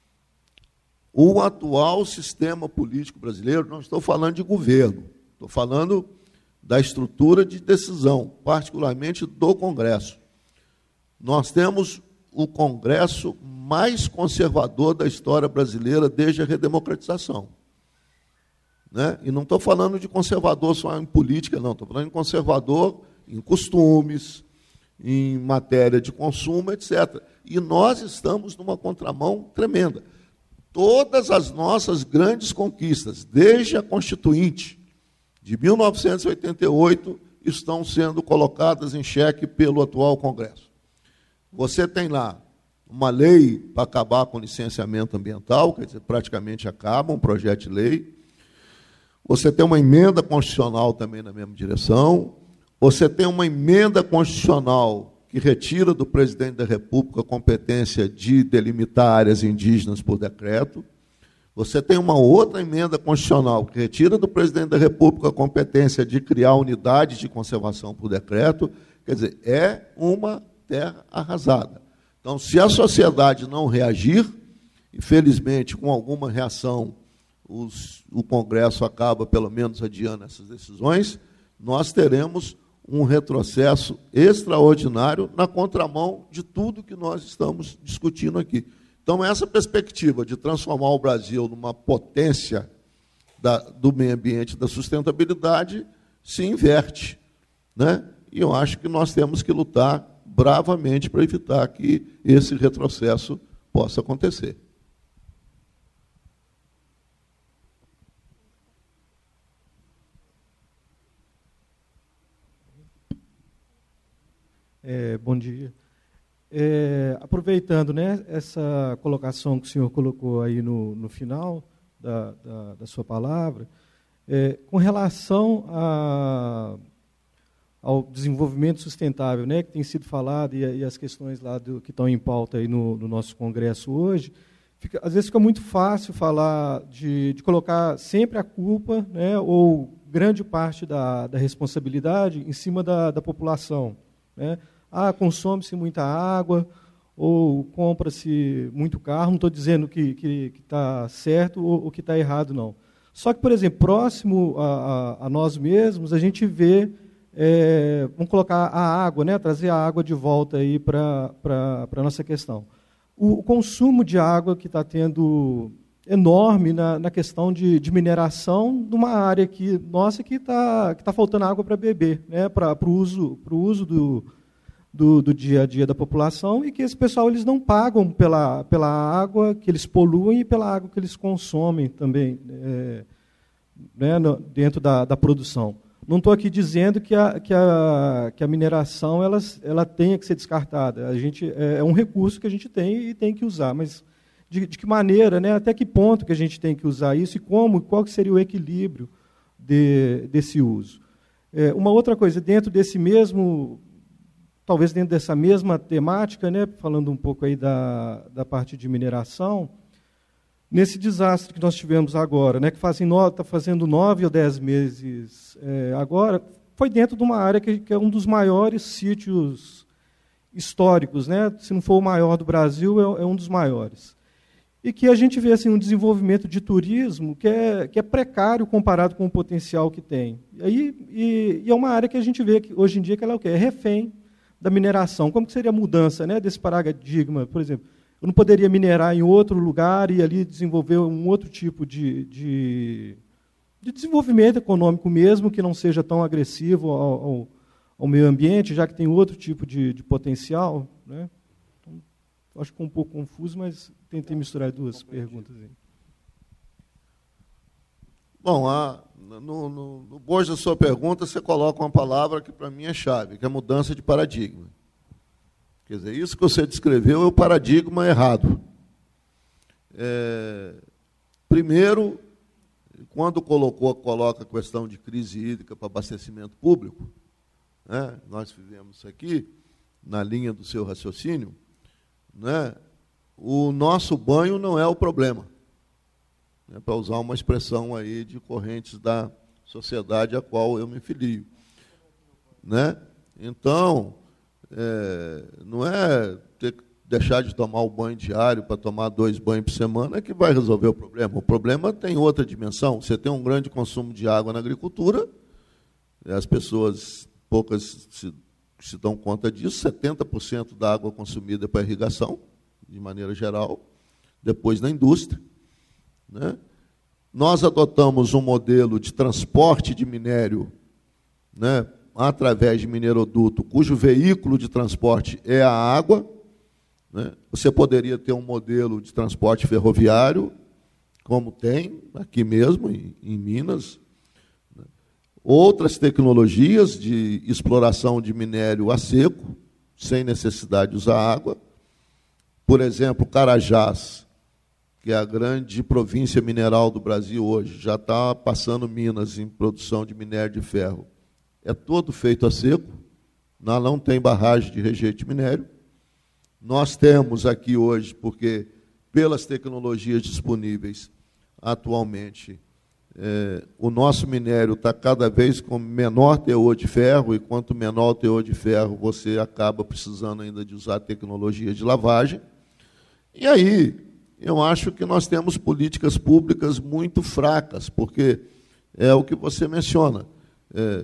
Speaker 1: O atual sistema político brasileiro, não estou falando de governo, estou falando da estrutura de decisão, particularmente do Congresso. Nós temos o Congresso mais conservador da história brasileira desde a redemocratização. Né? E não estou falando de conservador só em política, não. Estou falando de conservador em costumes, em matéria de consumo, etcétera. E nós estamos numa contramão tremenda. Todas as nossas grandes conquistas, desde a Constituinte de mil novecentos e oitenta e oito, estão sendo colocadas em xeque pelo atual Congresso. Você tem lá uma lei para acabar com o licenciamento ambiental, quer dizer, praticamente acaba, um projeto de lei. Você tem uma emenda constitucional também na mesma direção. Você tem uma emenda constitucional que retira do presidente da República a competência de delimitar áreas indígenas por decreto. Você tem uma outra emenda constitucional que retira do presidente da República a competência de criar unidades de conservação por decreto. Quer dizer, é uma terra arrasada. Então, se a sociedade não reagir, infelizmente, com alguma reação, os, o Congresso acaba, pelo menos, adiando essas decisões, nós teremos um retrocesso extraordinário na contramão de tudo que nós estamos discutindo aqui. Então, essa perspectiva de transformar o Brasil numa potência da, do meio ambiente, da sustentabilidade, se inverte. Né? E eu acho que nós temos que lutar bravamente para evitar que esse retrocesso possa acontecer.
Speaker 5: É, bom dia. É, aproveitando, né, essa colocação que o senhor colocou aí no, no final da, da, da sua palavra, é, com relação a, ao desenvolvimento sustentável, né, que tem sido falado, e, e as questões lá do, que estão em pauta aí no, no nosso Congresso hoje, fica, às vezes fica muito fácil falar de, de colocar sempre a culpa, né, ou grande parte da, da responsabilidade em cima da, da população. Né? Ah, consome-se muita água, ou compra-se muito carro. Não estou dizendo que está certo ou, ou que está errado, não. Só que, por exemplo, próximo a, a, a nós mesmos, a gente vê, é, vamos colocar a água, né, trazer a água de volta aí para a nossa questão. O, o consumo de água que está tendo enorme na, na questão de, de mineração de uma área que, nossa, que está que tá faltando água para beber, né, para o uso, pro uso do, do, do dia a dia da população, e que esse pessoal eles não pagam pela, pela água que eles poluem e pela água que eles consomem também, é, né, no, dentro da, da produção. Não estou aqui dizendo que a, que a, que a mineração ela, ela tenha que ser descartada. A gente, é, é um recurso que a gente tem e tem que usar, mas De, de que maneira, né, até que ponto que a gente tem que usar isso e como, qual que seria o equilíbrio de, desse uso. É, uma outra coisa, dentro desse mesmo, talvez dentro dessa mesma temática, né, falando um pouco aí da, da parte de mineração, nesse desastre que nós tivemos agora, né, que está fazendo nove ou dez meses é, agora, foi dentro de uma área que, que é um dos maiores sítios históricos, né, se não for o maior do Brasil, é, é um dos maiores. E que a gente vê assim, um desenvolvimento de turismo que é, que é precário comparado com o potencial que tem. E, aí, e, e é uma área que a gente vê que, hoje em dia que ela é o quê? É refém da mineração. Como que seria a mudança, né, desse paradigma? Por exemplo, eu não poderia minerar em outro lugar e ali desenvolver um outro tipo de, de, de desenvolvimento econômico mesmo, que não seja tão agressivo ao, ao, ao meio ambiente, já que tem outro tipo de, de potencial, né? Então, acho que ficou um pouco confuso, mas tentei misturar duas perguntas aí.
Speaker 1: Bom, a, no, no, no bojo da sua pergunta, você coloca uma palavra que, para mim, é chave, que é mudança de paradigma. Quer dizer, isso que você descreveu é o paradigma errado. É, primeiro, quando colocou, coloca a questão de crise hídrica para abastecimento público, né, nós fizemos isso aqui, na linha do seu raciocínio, né, o nosso banho não é o problema, né, para usar uma expressão aí de correntes da sociedade a qual eu me filio. Né? Então, é, não é ter que deixar de tomar o banho diário para tomar dois banhos por semana que vai resolver o problema. O problema tem outra dimensão. Você tem um grande consumo de água na agricultura, as pessoas, poucas se, se dão conta disso, setenta por cento da água consumida é para irrigação, de maneira geral, depois na indústria. Né? Nós adotamos um modelo de transporte de minério, né, através de mineroduto, cujo veículo de transporte é a água. Né? Você poderia ter um modelo de transporte ferroviário, como tem aqui mesmo, em, em Minas. Né? Outras tecnologias de exploração de minério a seco, sem necessidade de usar água. Por exemplo, Carajás, que é a grande província mineral do Brasil hoje, já está passando Minas em produção de minério de ferro. É todo feito a seco, não tem barragem de rejeito de minério. Nós temos aqui hoje, porque pelas tecnologias disponíveis atualmente, é, o nosso minério está cada vez com menor teor de ferro, e quanto menor o teor de ferro, você acaba precisando ainda de usar tecnologia de lavagem. E aí, eu acho que nós temos políticas públicas muito fracas, porque é o que você menciona. É,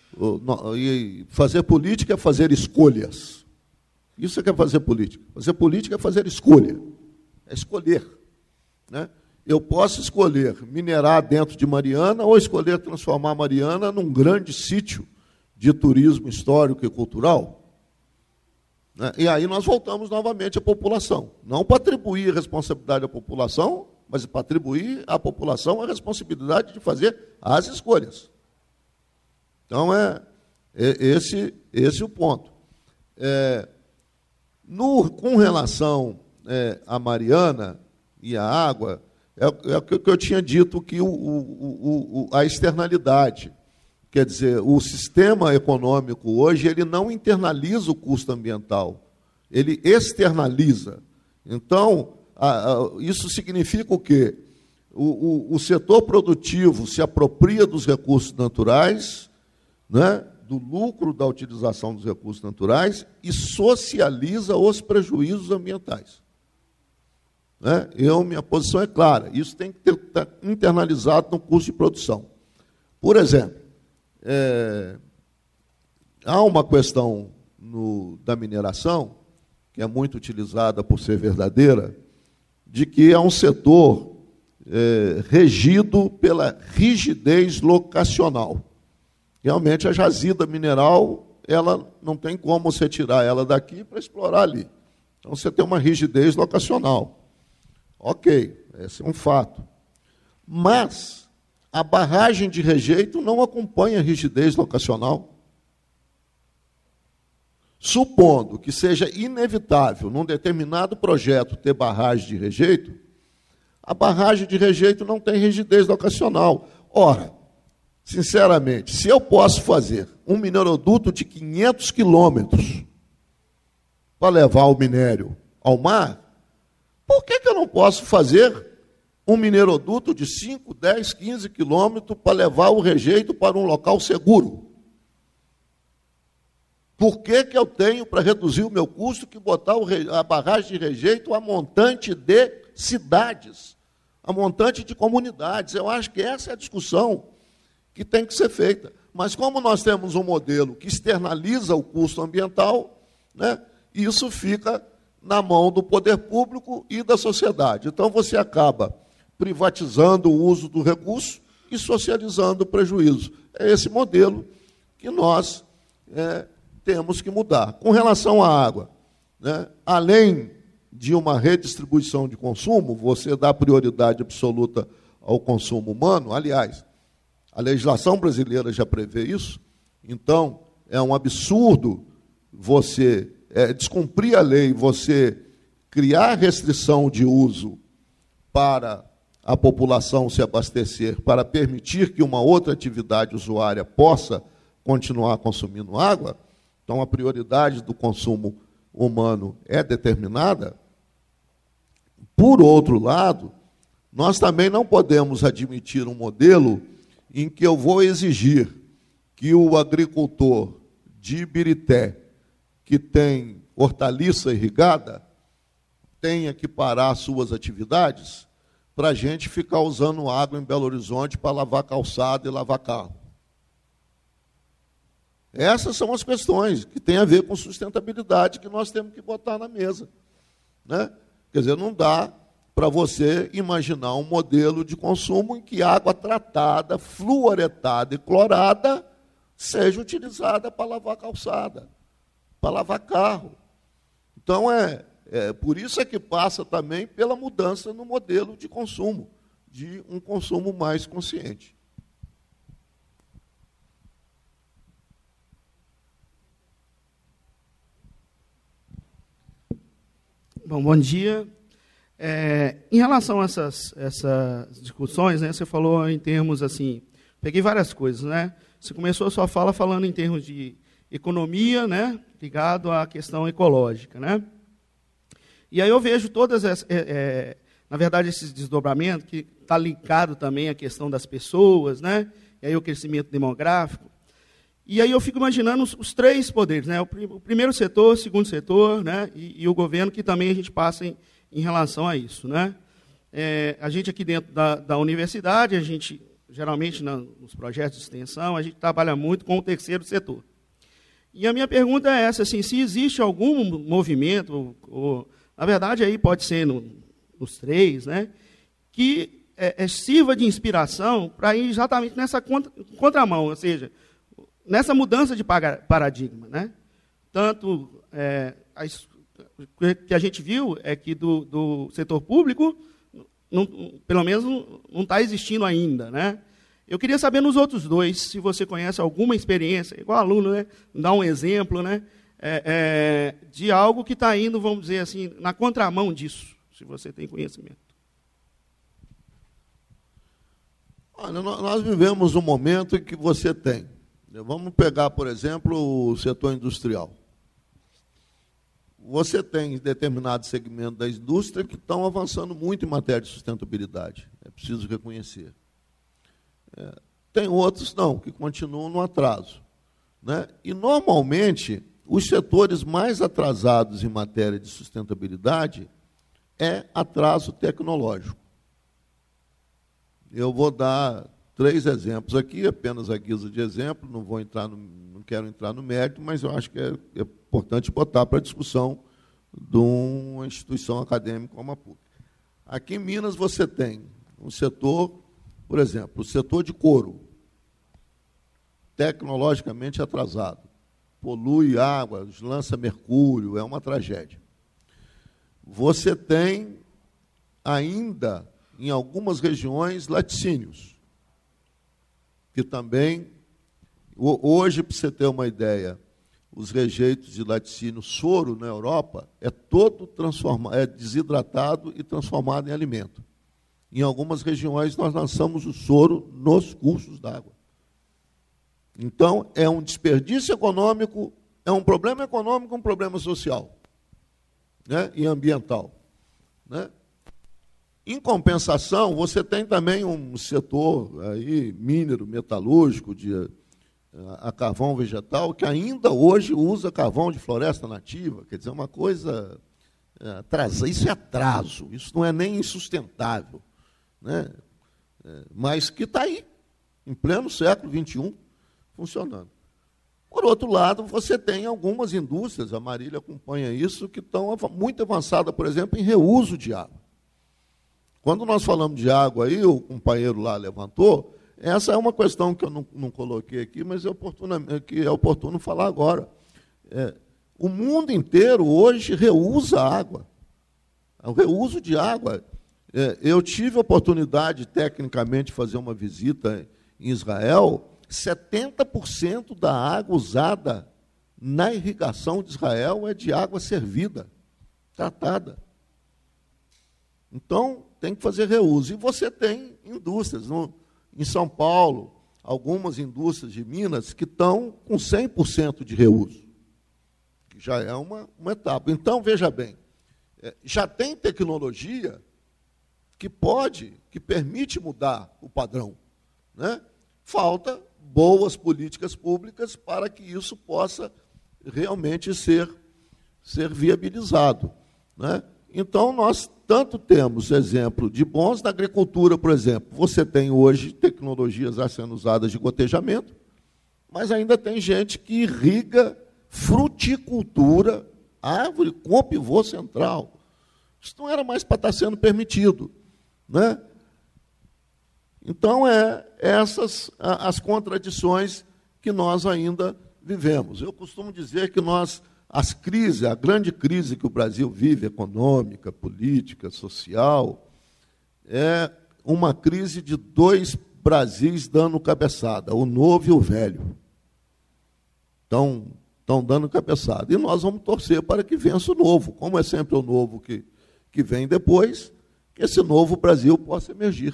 Speaker 1: fazer política é fazer escolhas. Isso é que é fazer política. Fazer política é fazer escolha. É escolher. Né? Eu posso escolher minerar dentro de Mariana ou escolher transformar Mariana num grande sítio de turismo histórico e cultural. Né? E aí nós voltamos novamente à população. Não para atribuir responsabilidade à população, mas para atribuir à população a responsabilidade de fazer as escolhas. Então, é, é esse, esse o ponto. É, no, com relação é, à Mariana e à água, é, é o que eu tinha dito, que o, o, o, a externalidade, quer dizer, o sistema econômico hoje, ele não internaliza o custo ambiental, ele externaliza. Então, a, a, isso significa o quê? O, o, o setor produtivo se apropria dos recursos naturais, né, do lucro da utilização dos recursos naturais, e socializa os prejuízos ambientais. Né? Eu, minha posição é clara, isso tem que ter, estar internalizado no custo de produção. Por exemplo, é, há uma questão no, da mineração, que é muito utilizada por ser verdadeira, de que é um setor é, regido pela rigidez locacional. Realmente, a jazida mineral, ela não tem como você tirar ela daqui para explorar ali. Então, você tem uma rigidez locacional. Ok, esse é um fato. Mas a barragem de rejeito não acompanha a rigidez locacional. Supondo que seja inevitável, num determinado projeto, ter barragem de rejeito, a barragem de rejeito não tem rigidez locacional. Ora, sinceramente, se eu posso fazer um mineroduto de quinhentos quilômetros para levar o minério ao mar, por que, que eu não posso fazer um mineroduto de cinco, dez, quinze quilômetros para levar o rejeito para um local seguro? Por que, que eu tenho, para reduzir o meu custo, que botar o re... a barragem de rejeito a montante de cidades, a montante de comunidades? Eu acho que essa é a discussão que tem que ser feita. Mas como nós temos um modelo que externaliza o custo ambiental, né, isso fica na mão do poder público e da sociedade. Então, você acaba privatizando o uso do recurso e socializando o prejuízo. É esse modelo que nós é, temos que mudar. Com relação à água, né, além de uma redistribuição de consumo, você dá prioridade absoluta ao consumo humano. Aliás, a legislação brasileira já prevê isso, então é um absurdo você é, descumprir a lei, você criar restrição de uso para a população se abastecer, para permitir que uma outra atividade usuária possa continuar consumindo água. Então, a prioridade do consumo humano é determinada. Por outro lado, nós também não podemos admitir um modelo em que eu vou exigir que o agricultor de Ibirité, que tem hortaliça irrigada, tenha que parar suas atividades para a gente ficar usando água em Belo Horizonte para lavar calçada e lavar carro. Essas são as questões que têm a ver com sustentabilidade que nós temos que botar na mesa, né? Quer dizer, não dá para você imaginar um modelo de consumo em que água tratada, fluoretada e clorada seja utilizada para lavar calçada, para lavar carro. Então, é, é por isso é que passa também pela mudança no modelo de consumo, de um consumo mais consciente.
Speaker 6: Bom, bom dia. É, em relação a essas, essas discussões, né, você falou em termos assim, peguei várias coisas, né? Você começou a sua fala falando em termos de economia, né, ligado à questão ecológica, né? E aí eu vejo todas essas, é, é, na verdade, esses desdobramentos que está linkado também à questão das pessoas, né? E aí o crescimento demográfico. E aí eu fico imaginando os, os três poderes, né? O, prim, o primeiro setor, o segundo setor, né? E, e o governo, que também a gente passa em, em relação a isso, né? É, a gente aqui dentro da, da universidade, a gente, geralmente na, nos projetos de extensão, a gente trabalha muito com o terceiro setor. E a minha pergunta é essa, assim, se existe algum movimento, ou, ou, na verdade aí pode ser no, nos três, né? Que é, é, sirva de inspiração para ir exatamente nessa contra, contramão, ou seja, nessa mudança de paradigma, né? Tanto é, a, que a gente viu é que do, do setor público, não, pelo menos, não está existindo ainda, né? Eu queria saber nos outros dois, se você conhece alguma experiência, igual aluno, né? Dá um exemplo, né? É, é, de algo que está indo, vamos dizer assim, na contramão disso, se você tem conhecimento.
Speaker 1: Olha, nós vivemos um momento em que você tem. Vamos pegar, por exemplo, o setor industrial. Você tem determinados segmentos da indústria que estão avançando muito em matéria de sustentabilidade. É preciso reconhecer. É, tem outros, não, que continuam no atraso, né? E, normalmente, os setores mais atrasados em matéria de sustentabilidade é atraso tecnológico. Eu vou dar três exemplos aqui, apenas a guisa de exemplo, não vou entrar no, não quero entrar no mérito, mas eu acho que é, é importante botar para a discussão de uma instituição acadêmica como a P U C. Aqui em Minas você tem um setor, por exemplo, o setor de couro, tecnologicamente atrasado, polui água, lança mercúrio, é uma tragédia. Você tem ainda, em algumas regiões, laticínios, que também, hoje, para você ter uma ideia, os rejeitos de laticínio soro na Europa é todo transformado, é desidratado e transformado em alimento. Em algumas regiões, nós lançamos o soro nos cursos d'água. Então, é um desperdício econômico, é um problema econômico, um problema social, né, e ambiental, né? Em compensação, você tem também um setor aí, minero, metalúrgico, de a, a carvão vegetal, que ainda hoje usa carvão de floresta nativa. Quer dizer, uma coisa é, atrasa, isso é atraso, isso não é nem insustentável, né? É, mas que está aí, em pleno século vinte e um, funcionando. Por outro lado, você tem algumas indústrias, a Marília acompanha isso, que estão muito avançadas, por exemplo, em reuso de água. Quando nós falamos de água aí, o companheiro lá levantou, essa é uma questão que eu não, não coloquei aqui, mas é oportuno, que é oportuno falar agora. É, o mundo inteiro hoje reusa água. O reuso de água. É, eu tive a oportunidade, tecnicamente, de fazer uma visita em Israel. setenta por cento da água usada na irrigação de Israel é de água servida, tratada. Então, tem que fazer reuso. E você tem indústrias. No, em São Paulo, algumas indústrias de Minas que estão com cem por cento de reuso, que já é uma, uma etapa. Então, veja bem, já tem tecnologia que pode, que permite mudar o padrão, né? Falta boas políticas públicas para que isso possa realmente ser, ser viabilizado, né? Então, nós tanto temos exemplo de bons na agricultura, por exemplo. Você tem hoje tecnologias já sendo usadas de gotejamento, mas ainda tem gente que irriga fruticultura, árvore com pivô central. Isso não era mais para estar sendo permitido, né? Então, é essas as contradições que nós ainda vivemos. Eu costumo dizer que nós, as crises, a grande crise que o Brasil vive, econômica, política, social, é uma crise de dois Brasis dando cabeçada, o novo e o velho. Estão, estão dando cabeçada. E nós vamos torcer para que vença o novo, como é sempre o novo que, que vem depois, que esse novo Brasil possa emergir.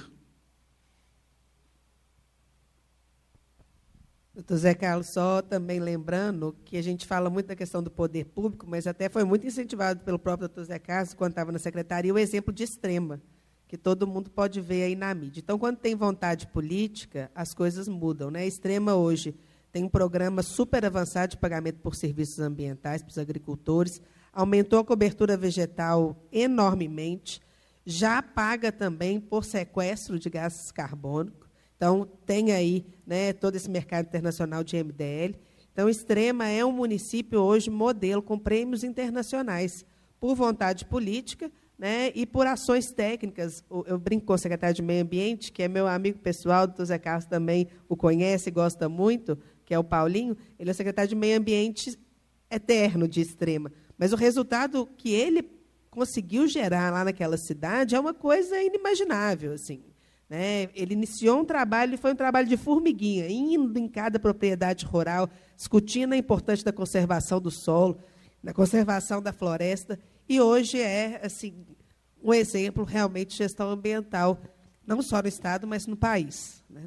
Speaker 2: Doutor Zé Carlos, só também lembrando que a gente fala muito da questão do poder público, mas até foi muito incentivado pelo próprio doutor Zé Carlos, quando estava na secretaria, o exemplo de Extrema, que todo mundo pode ver aí na mídia. Então, quando tem vontade política, as coisas mudam, né? A Extrema, hoje, tem um programa super avançado de pagamento por serviços ambientais para os agricultores, aumentou a cobertura vegetal enormemente, já paga também por sequestro de gases carbônicos. Então, tem aí, né, todo esse mercado internacional de M D L. Então, Extrema é um município hoje modelo com prêmios internacionais por vontade política, né, e por ações técnicas. Eu brinco com o secretário de Meio Ambiente, que é meu amigo pessoal, o doutor Zé Carlos também o conhece e gosta muito, que é o Paulinho. Ele é o secretário de Meio Ambiente eterno de Extrema. Mas o resultado que ele conseguiu gerar lá naquela cidade é uma coisa inimaginável, assim. Né? Ele iniciou um trabalho, foi um trabalho de formiguinha, indo em cada propriedade rural, discutindo a importância da conservação do solo, da conservação da floresta, e hoje é assim, um exemplo realmente de gestão ambiental, não só no Estado, mas no país. Né?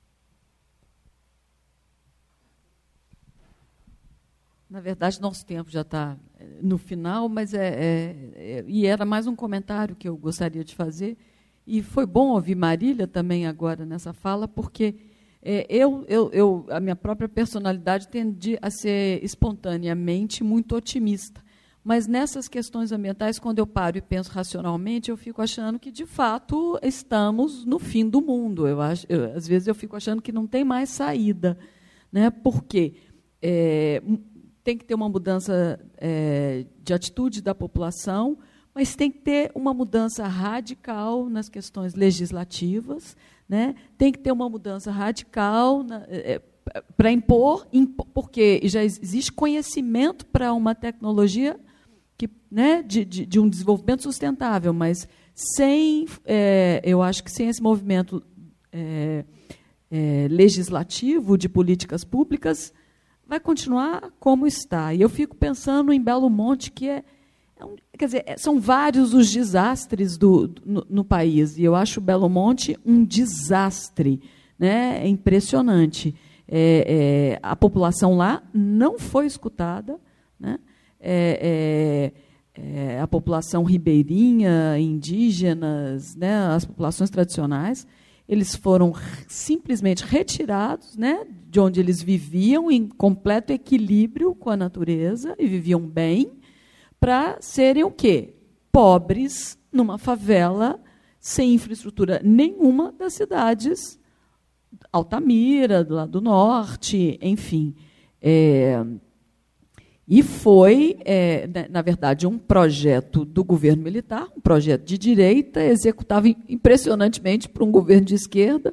Speaker 7: Na verdade, nosso tempo já está no final, mas é, é, é, e era mais um comentário que eu gostaria de fazer. E foi bom ouvir Marília também agora nessa fala, porque é, eu, eu, eu, a minha própria personalidade tende a ser espontaneamente muito otimista. Mas nessas questões ambientais, quando eu paro e penso racionalmente, eu fico achando que, de fato, estamos no fim do mundo. Eu acho, eu, às vezes eu fico achando que não tem mais saída. Né? Por quê? É, tem que ter uma mudança é, de atitude da população, mas tem que ter uma mudança radical nas questões legislativas, né? Tem que ter uma mudança radical é, para impor, impor, porque já existe conhecimento para uma tecnologia que, né, de, de, de um desenvolvimento sustentável, mas sem, é, eu acho que sem esse movimento é, é, legislativo de políticas públicas, vai continuar como está. E eu fico pensando em Belo Monte, que é Quer dizer, são vários os desastres do, no, no país, e eu acho Belo Monte um desastre, né? É impressionante. É, é, a população lá não foi escutada, né? É, é, é, a população ribeirinha, indígenas, né? As populações tradicionais, eles foram simplesmente retirados, né? De onde eles viviam em completo equilíbrio com a natureza e viviam bem, para serem o quê? Pobres numa favela sem infraestrutura nenhuma das cidades, Altamira, do lado do norte, enfim. É, e foi, é, na verdade, um projeto do governo militar, um projeto de direita, executado impressionantemente por um governo de esquerda,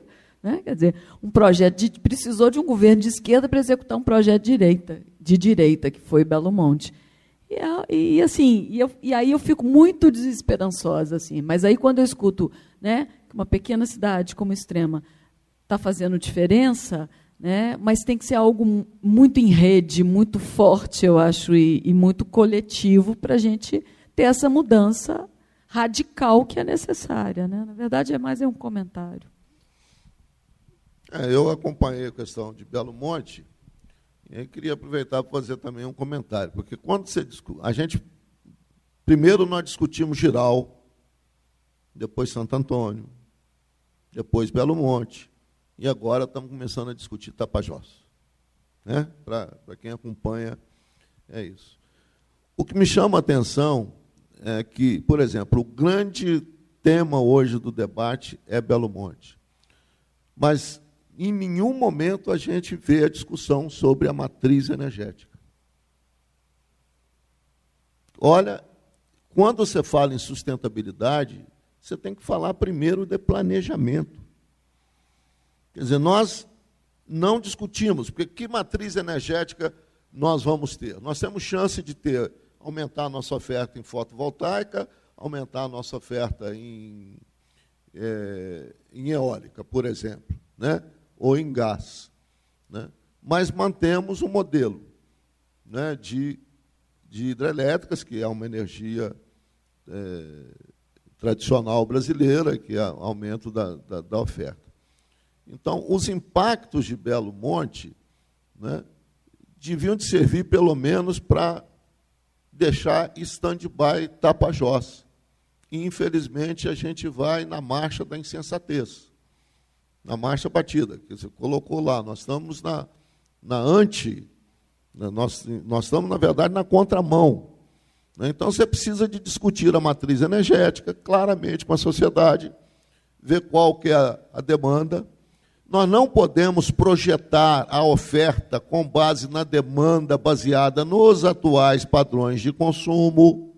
Speaker 7: Né? Quer dizer, um projeto de, precisou de um governo de esquerda para executar um projeto de direita, de direita, que foi Belo Monte. E, e, assim, e, eu, e aí eu fico muito desesperançosa. Assim. Mas aí, quando eu escuto, né, que uma pequena cidade como Extrema está fazendo diferença, né, mas tem que ser algo muito em rede, muito forte, eu acho, e, e muito coletivo para a gente ter essa mudança radical que é necessária. Né? Na verdade, é mais um comentário.
Speaker 1: É, eu acompanhei a questão de Belo Monte e eu queria aproveitar para fazer também um comentário, porque quando você discute, a gente, primeiro nós discutimos Giral, depois Santo Antônio, depois Belo Monte, e agora estamos começando a discutir Tapajós. Né? Para quem acompanha, é isso. O que me chama a atenção é que, por exemplo, o grande tema hoje do debate é Belo Monte. Mas em nenhum momento a gente vê a discussão sobre a matriz energética. Olha, quando você fala em sustentabilidade, você tem que falar primeiro de planejamento. Quer dizer, nós não discutimos, porque que matriz energética nós vamos ter? Nós temos chance de ter, aumentar a nossa oferta em fotovoltaica, aumentar a nossa oferta em, é, em eólica, por exemplo, né? Ou em gás. Né? Mas mantemos um modelo, né, de, de hidrelétricas, que é uma energia é, tradicional brasileira, que é o aumento da, da, da oferta. Então, os impactos de Belo Monte, né, deviam de servir, pelo menos, para deixar stand-by Tapajós. E, infelizmente, a gente vai na marcha da insensatez. Na marcha batida, que você colocou lá, nós estamos na, na anti, nós, nós estamos, na verdade, na contramão. Né? Então, você precisa de discutir a matriz energética claramente com a sociedade, ver qual que é a, a demanda. Nós não podemos projetar a oferta com base na demanda baseada nos atuais padrões de consumo.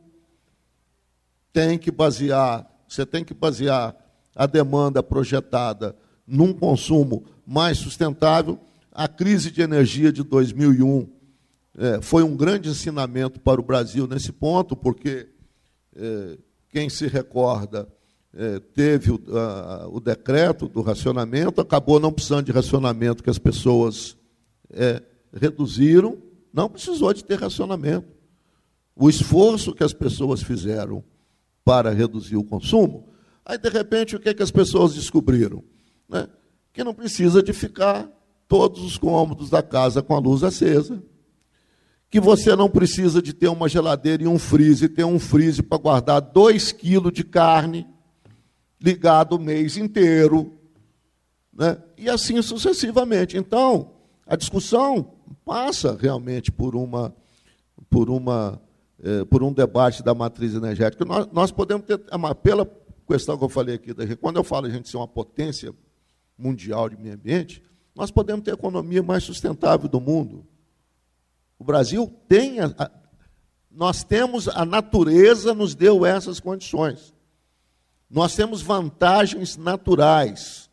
Speaker 1: Tem que basear, você tem que basear a demanda projetada num consumo mais sustentável. A crise de energia de dois mil e um é, foi um grande ensinamento para o Brasil nesse ponto, porque, é, quem se recorda, é, teve o, a, o decreto do racionamento, acabou não precisando de racionamento, que as pessoas é, reduziram, não precisou de ter racionamento. O esforço que as pessoas fizeram para reduzir o consumo, aí, de repente, o que, é que as pessoas descobriram? Né? Que não precisa de ficar todos os cômodos da casa com a luz acesa, que você não precisa de ter uma geladeira e um freezer, ter um freezer para guardar dois quilos de carne ligado o mês inteiro, né? E assim sucessivamente. Então, a discussão passa realmente por uma, por uma, eh, por um debate da matriz energética. Nós, nós podemos ter, pela questão que eu falei aqui, quando eu falo a gente ser uma potência mundial de meio ambiente, nós podemos ter a economia mais sustentável do mundo. O Brasil tem, a, a, nós temos, a natureza nos deu essas condições. Nós temos vantagens naturais.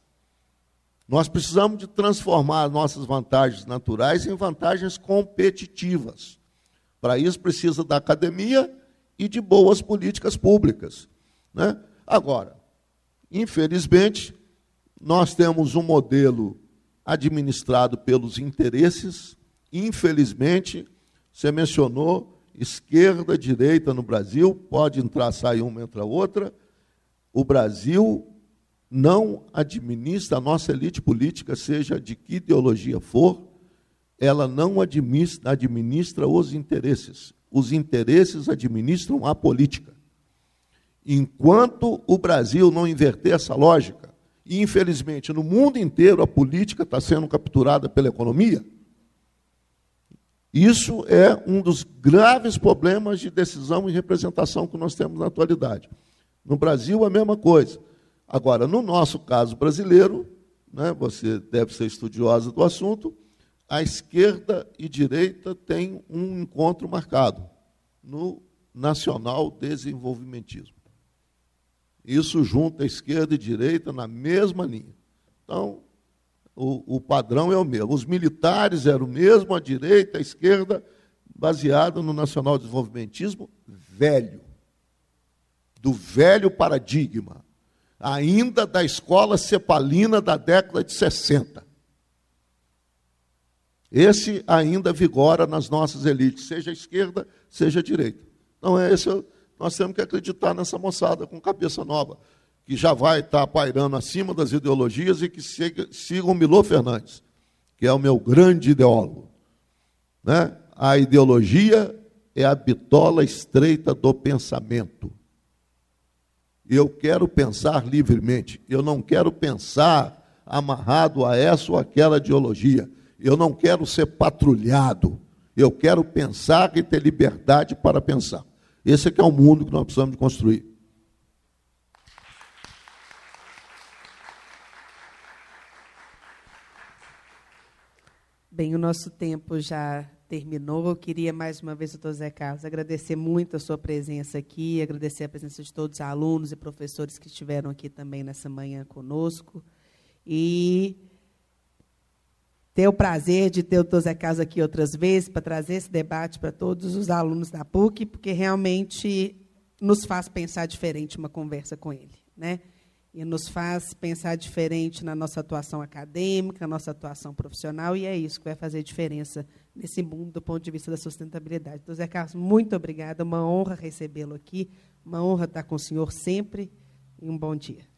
Speaker 1: Nós precisamos de transformar nossas vantagens naturais em vantagens competitivas. Para isso precisa da academia e de boas políticas públicas. Né? Agora, infelizmente, nós temos um modelo administrado pelos interesses. Infelizmente, você mencionou esquerda, direita no Brasil, pode entrar, sair uma, entra outra. O Brasil não administra, a nossa elite política, seja de que ideologia for, ela não administra, administra os interesses. Os interesses administram a política. Enquanto o Brasil não inverter essa lógica, e, infelizmente, no mundo inteiro a política está sendo capturada pela economia, isso é um dos graves problemas de decisão e representação que nós temos na atualidade. No Brasil, a mesma coisa. Agora, no nosso caso brasileiro, né, você deve ser estudiosa do assunto, a esquerda e direita têm um encontro marcado no nacional desenvolvimentismo. Isso junta a esquerda e direita na mesma linha. Então, O, o padrão é o mesmo. Os militares eram o mesmo, a direita, a esquerda, baseado no nacional-desenvolvimentismo velho, do velho paradigma, ainda da escola cepalina da década de sessenta. Esse ainda vigora nas nossas elites, seja a esquerda, seja a direita. Então, é esse, nós temos que acreditar nessa moçada com cabeça nova, que já vai estar pairando acima das ideologias e que sigam o Milor Fernandes, que é o meu grande ideólogo. Né? A ideologia é a bitola estreita do pensamento. Eu quero pensar livremente, eu não quero pensar amarrado a essa ou aquela ideologia, eu não quero ser patrulhado, eu quero pensar e ter liberdade para pensar. Esse é que é o mundo que nós precisamos de construir.
Speaker 2: Bem, o nosso tempo já terminou. Eu queria, mais uma vez, doutor Zé Carlos, agradecer muito a sua presença aqui, agradecer a presença de todos os alunos e professores que estiveram aqui também nessa manhã conosco, e ter o prazer de ter o doutor Zé Carlos aqui outras vezes para trazer esse debate para todos os alunos da P U C, porque realmente nos faz pensar diferente uma conversa com ele, né? E nos faz pensar diferente na nossa atuação acadêmica, na nossa atuação profissional, e é isso que vai fazer diferença nesse mundo do ponto de vista da sustentabilidade. Doutor Zé Carlos, muito obrigada, uma honra recebê-lo aqui, uma honra estar com o senhor sempre, e um bom dia.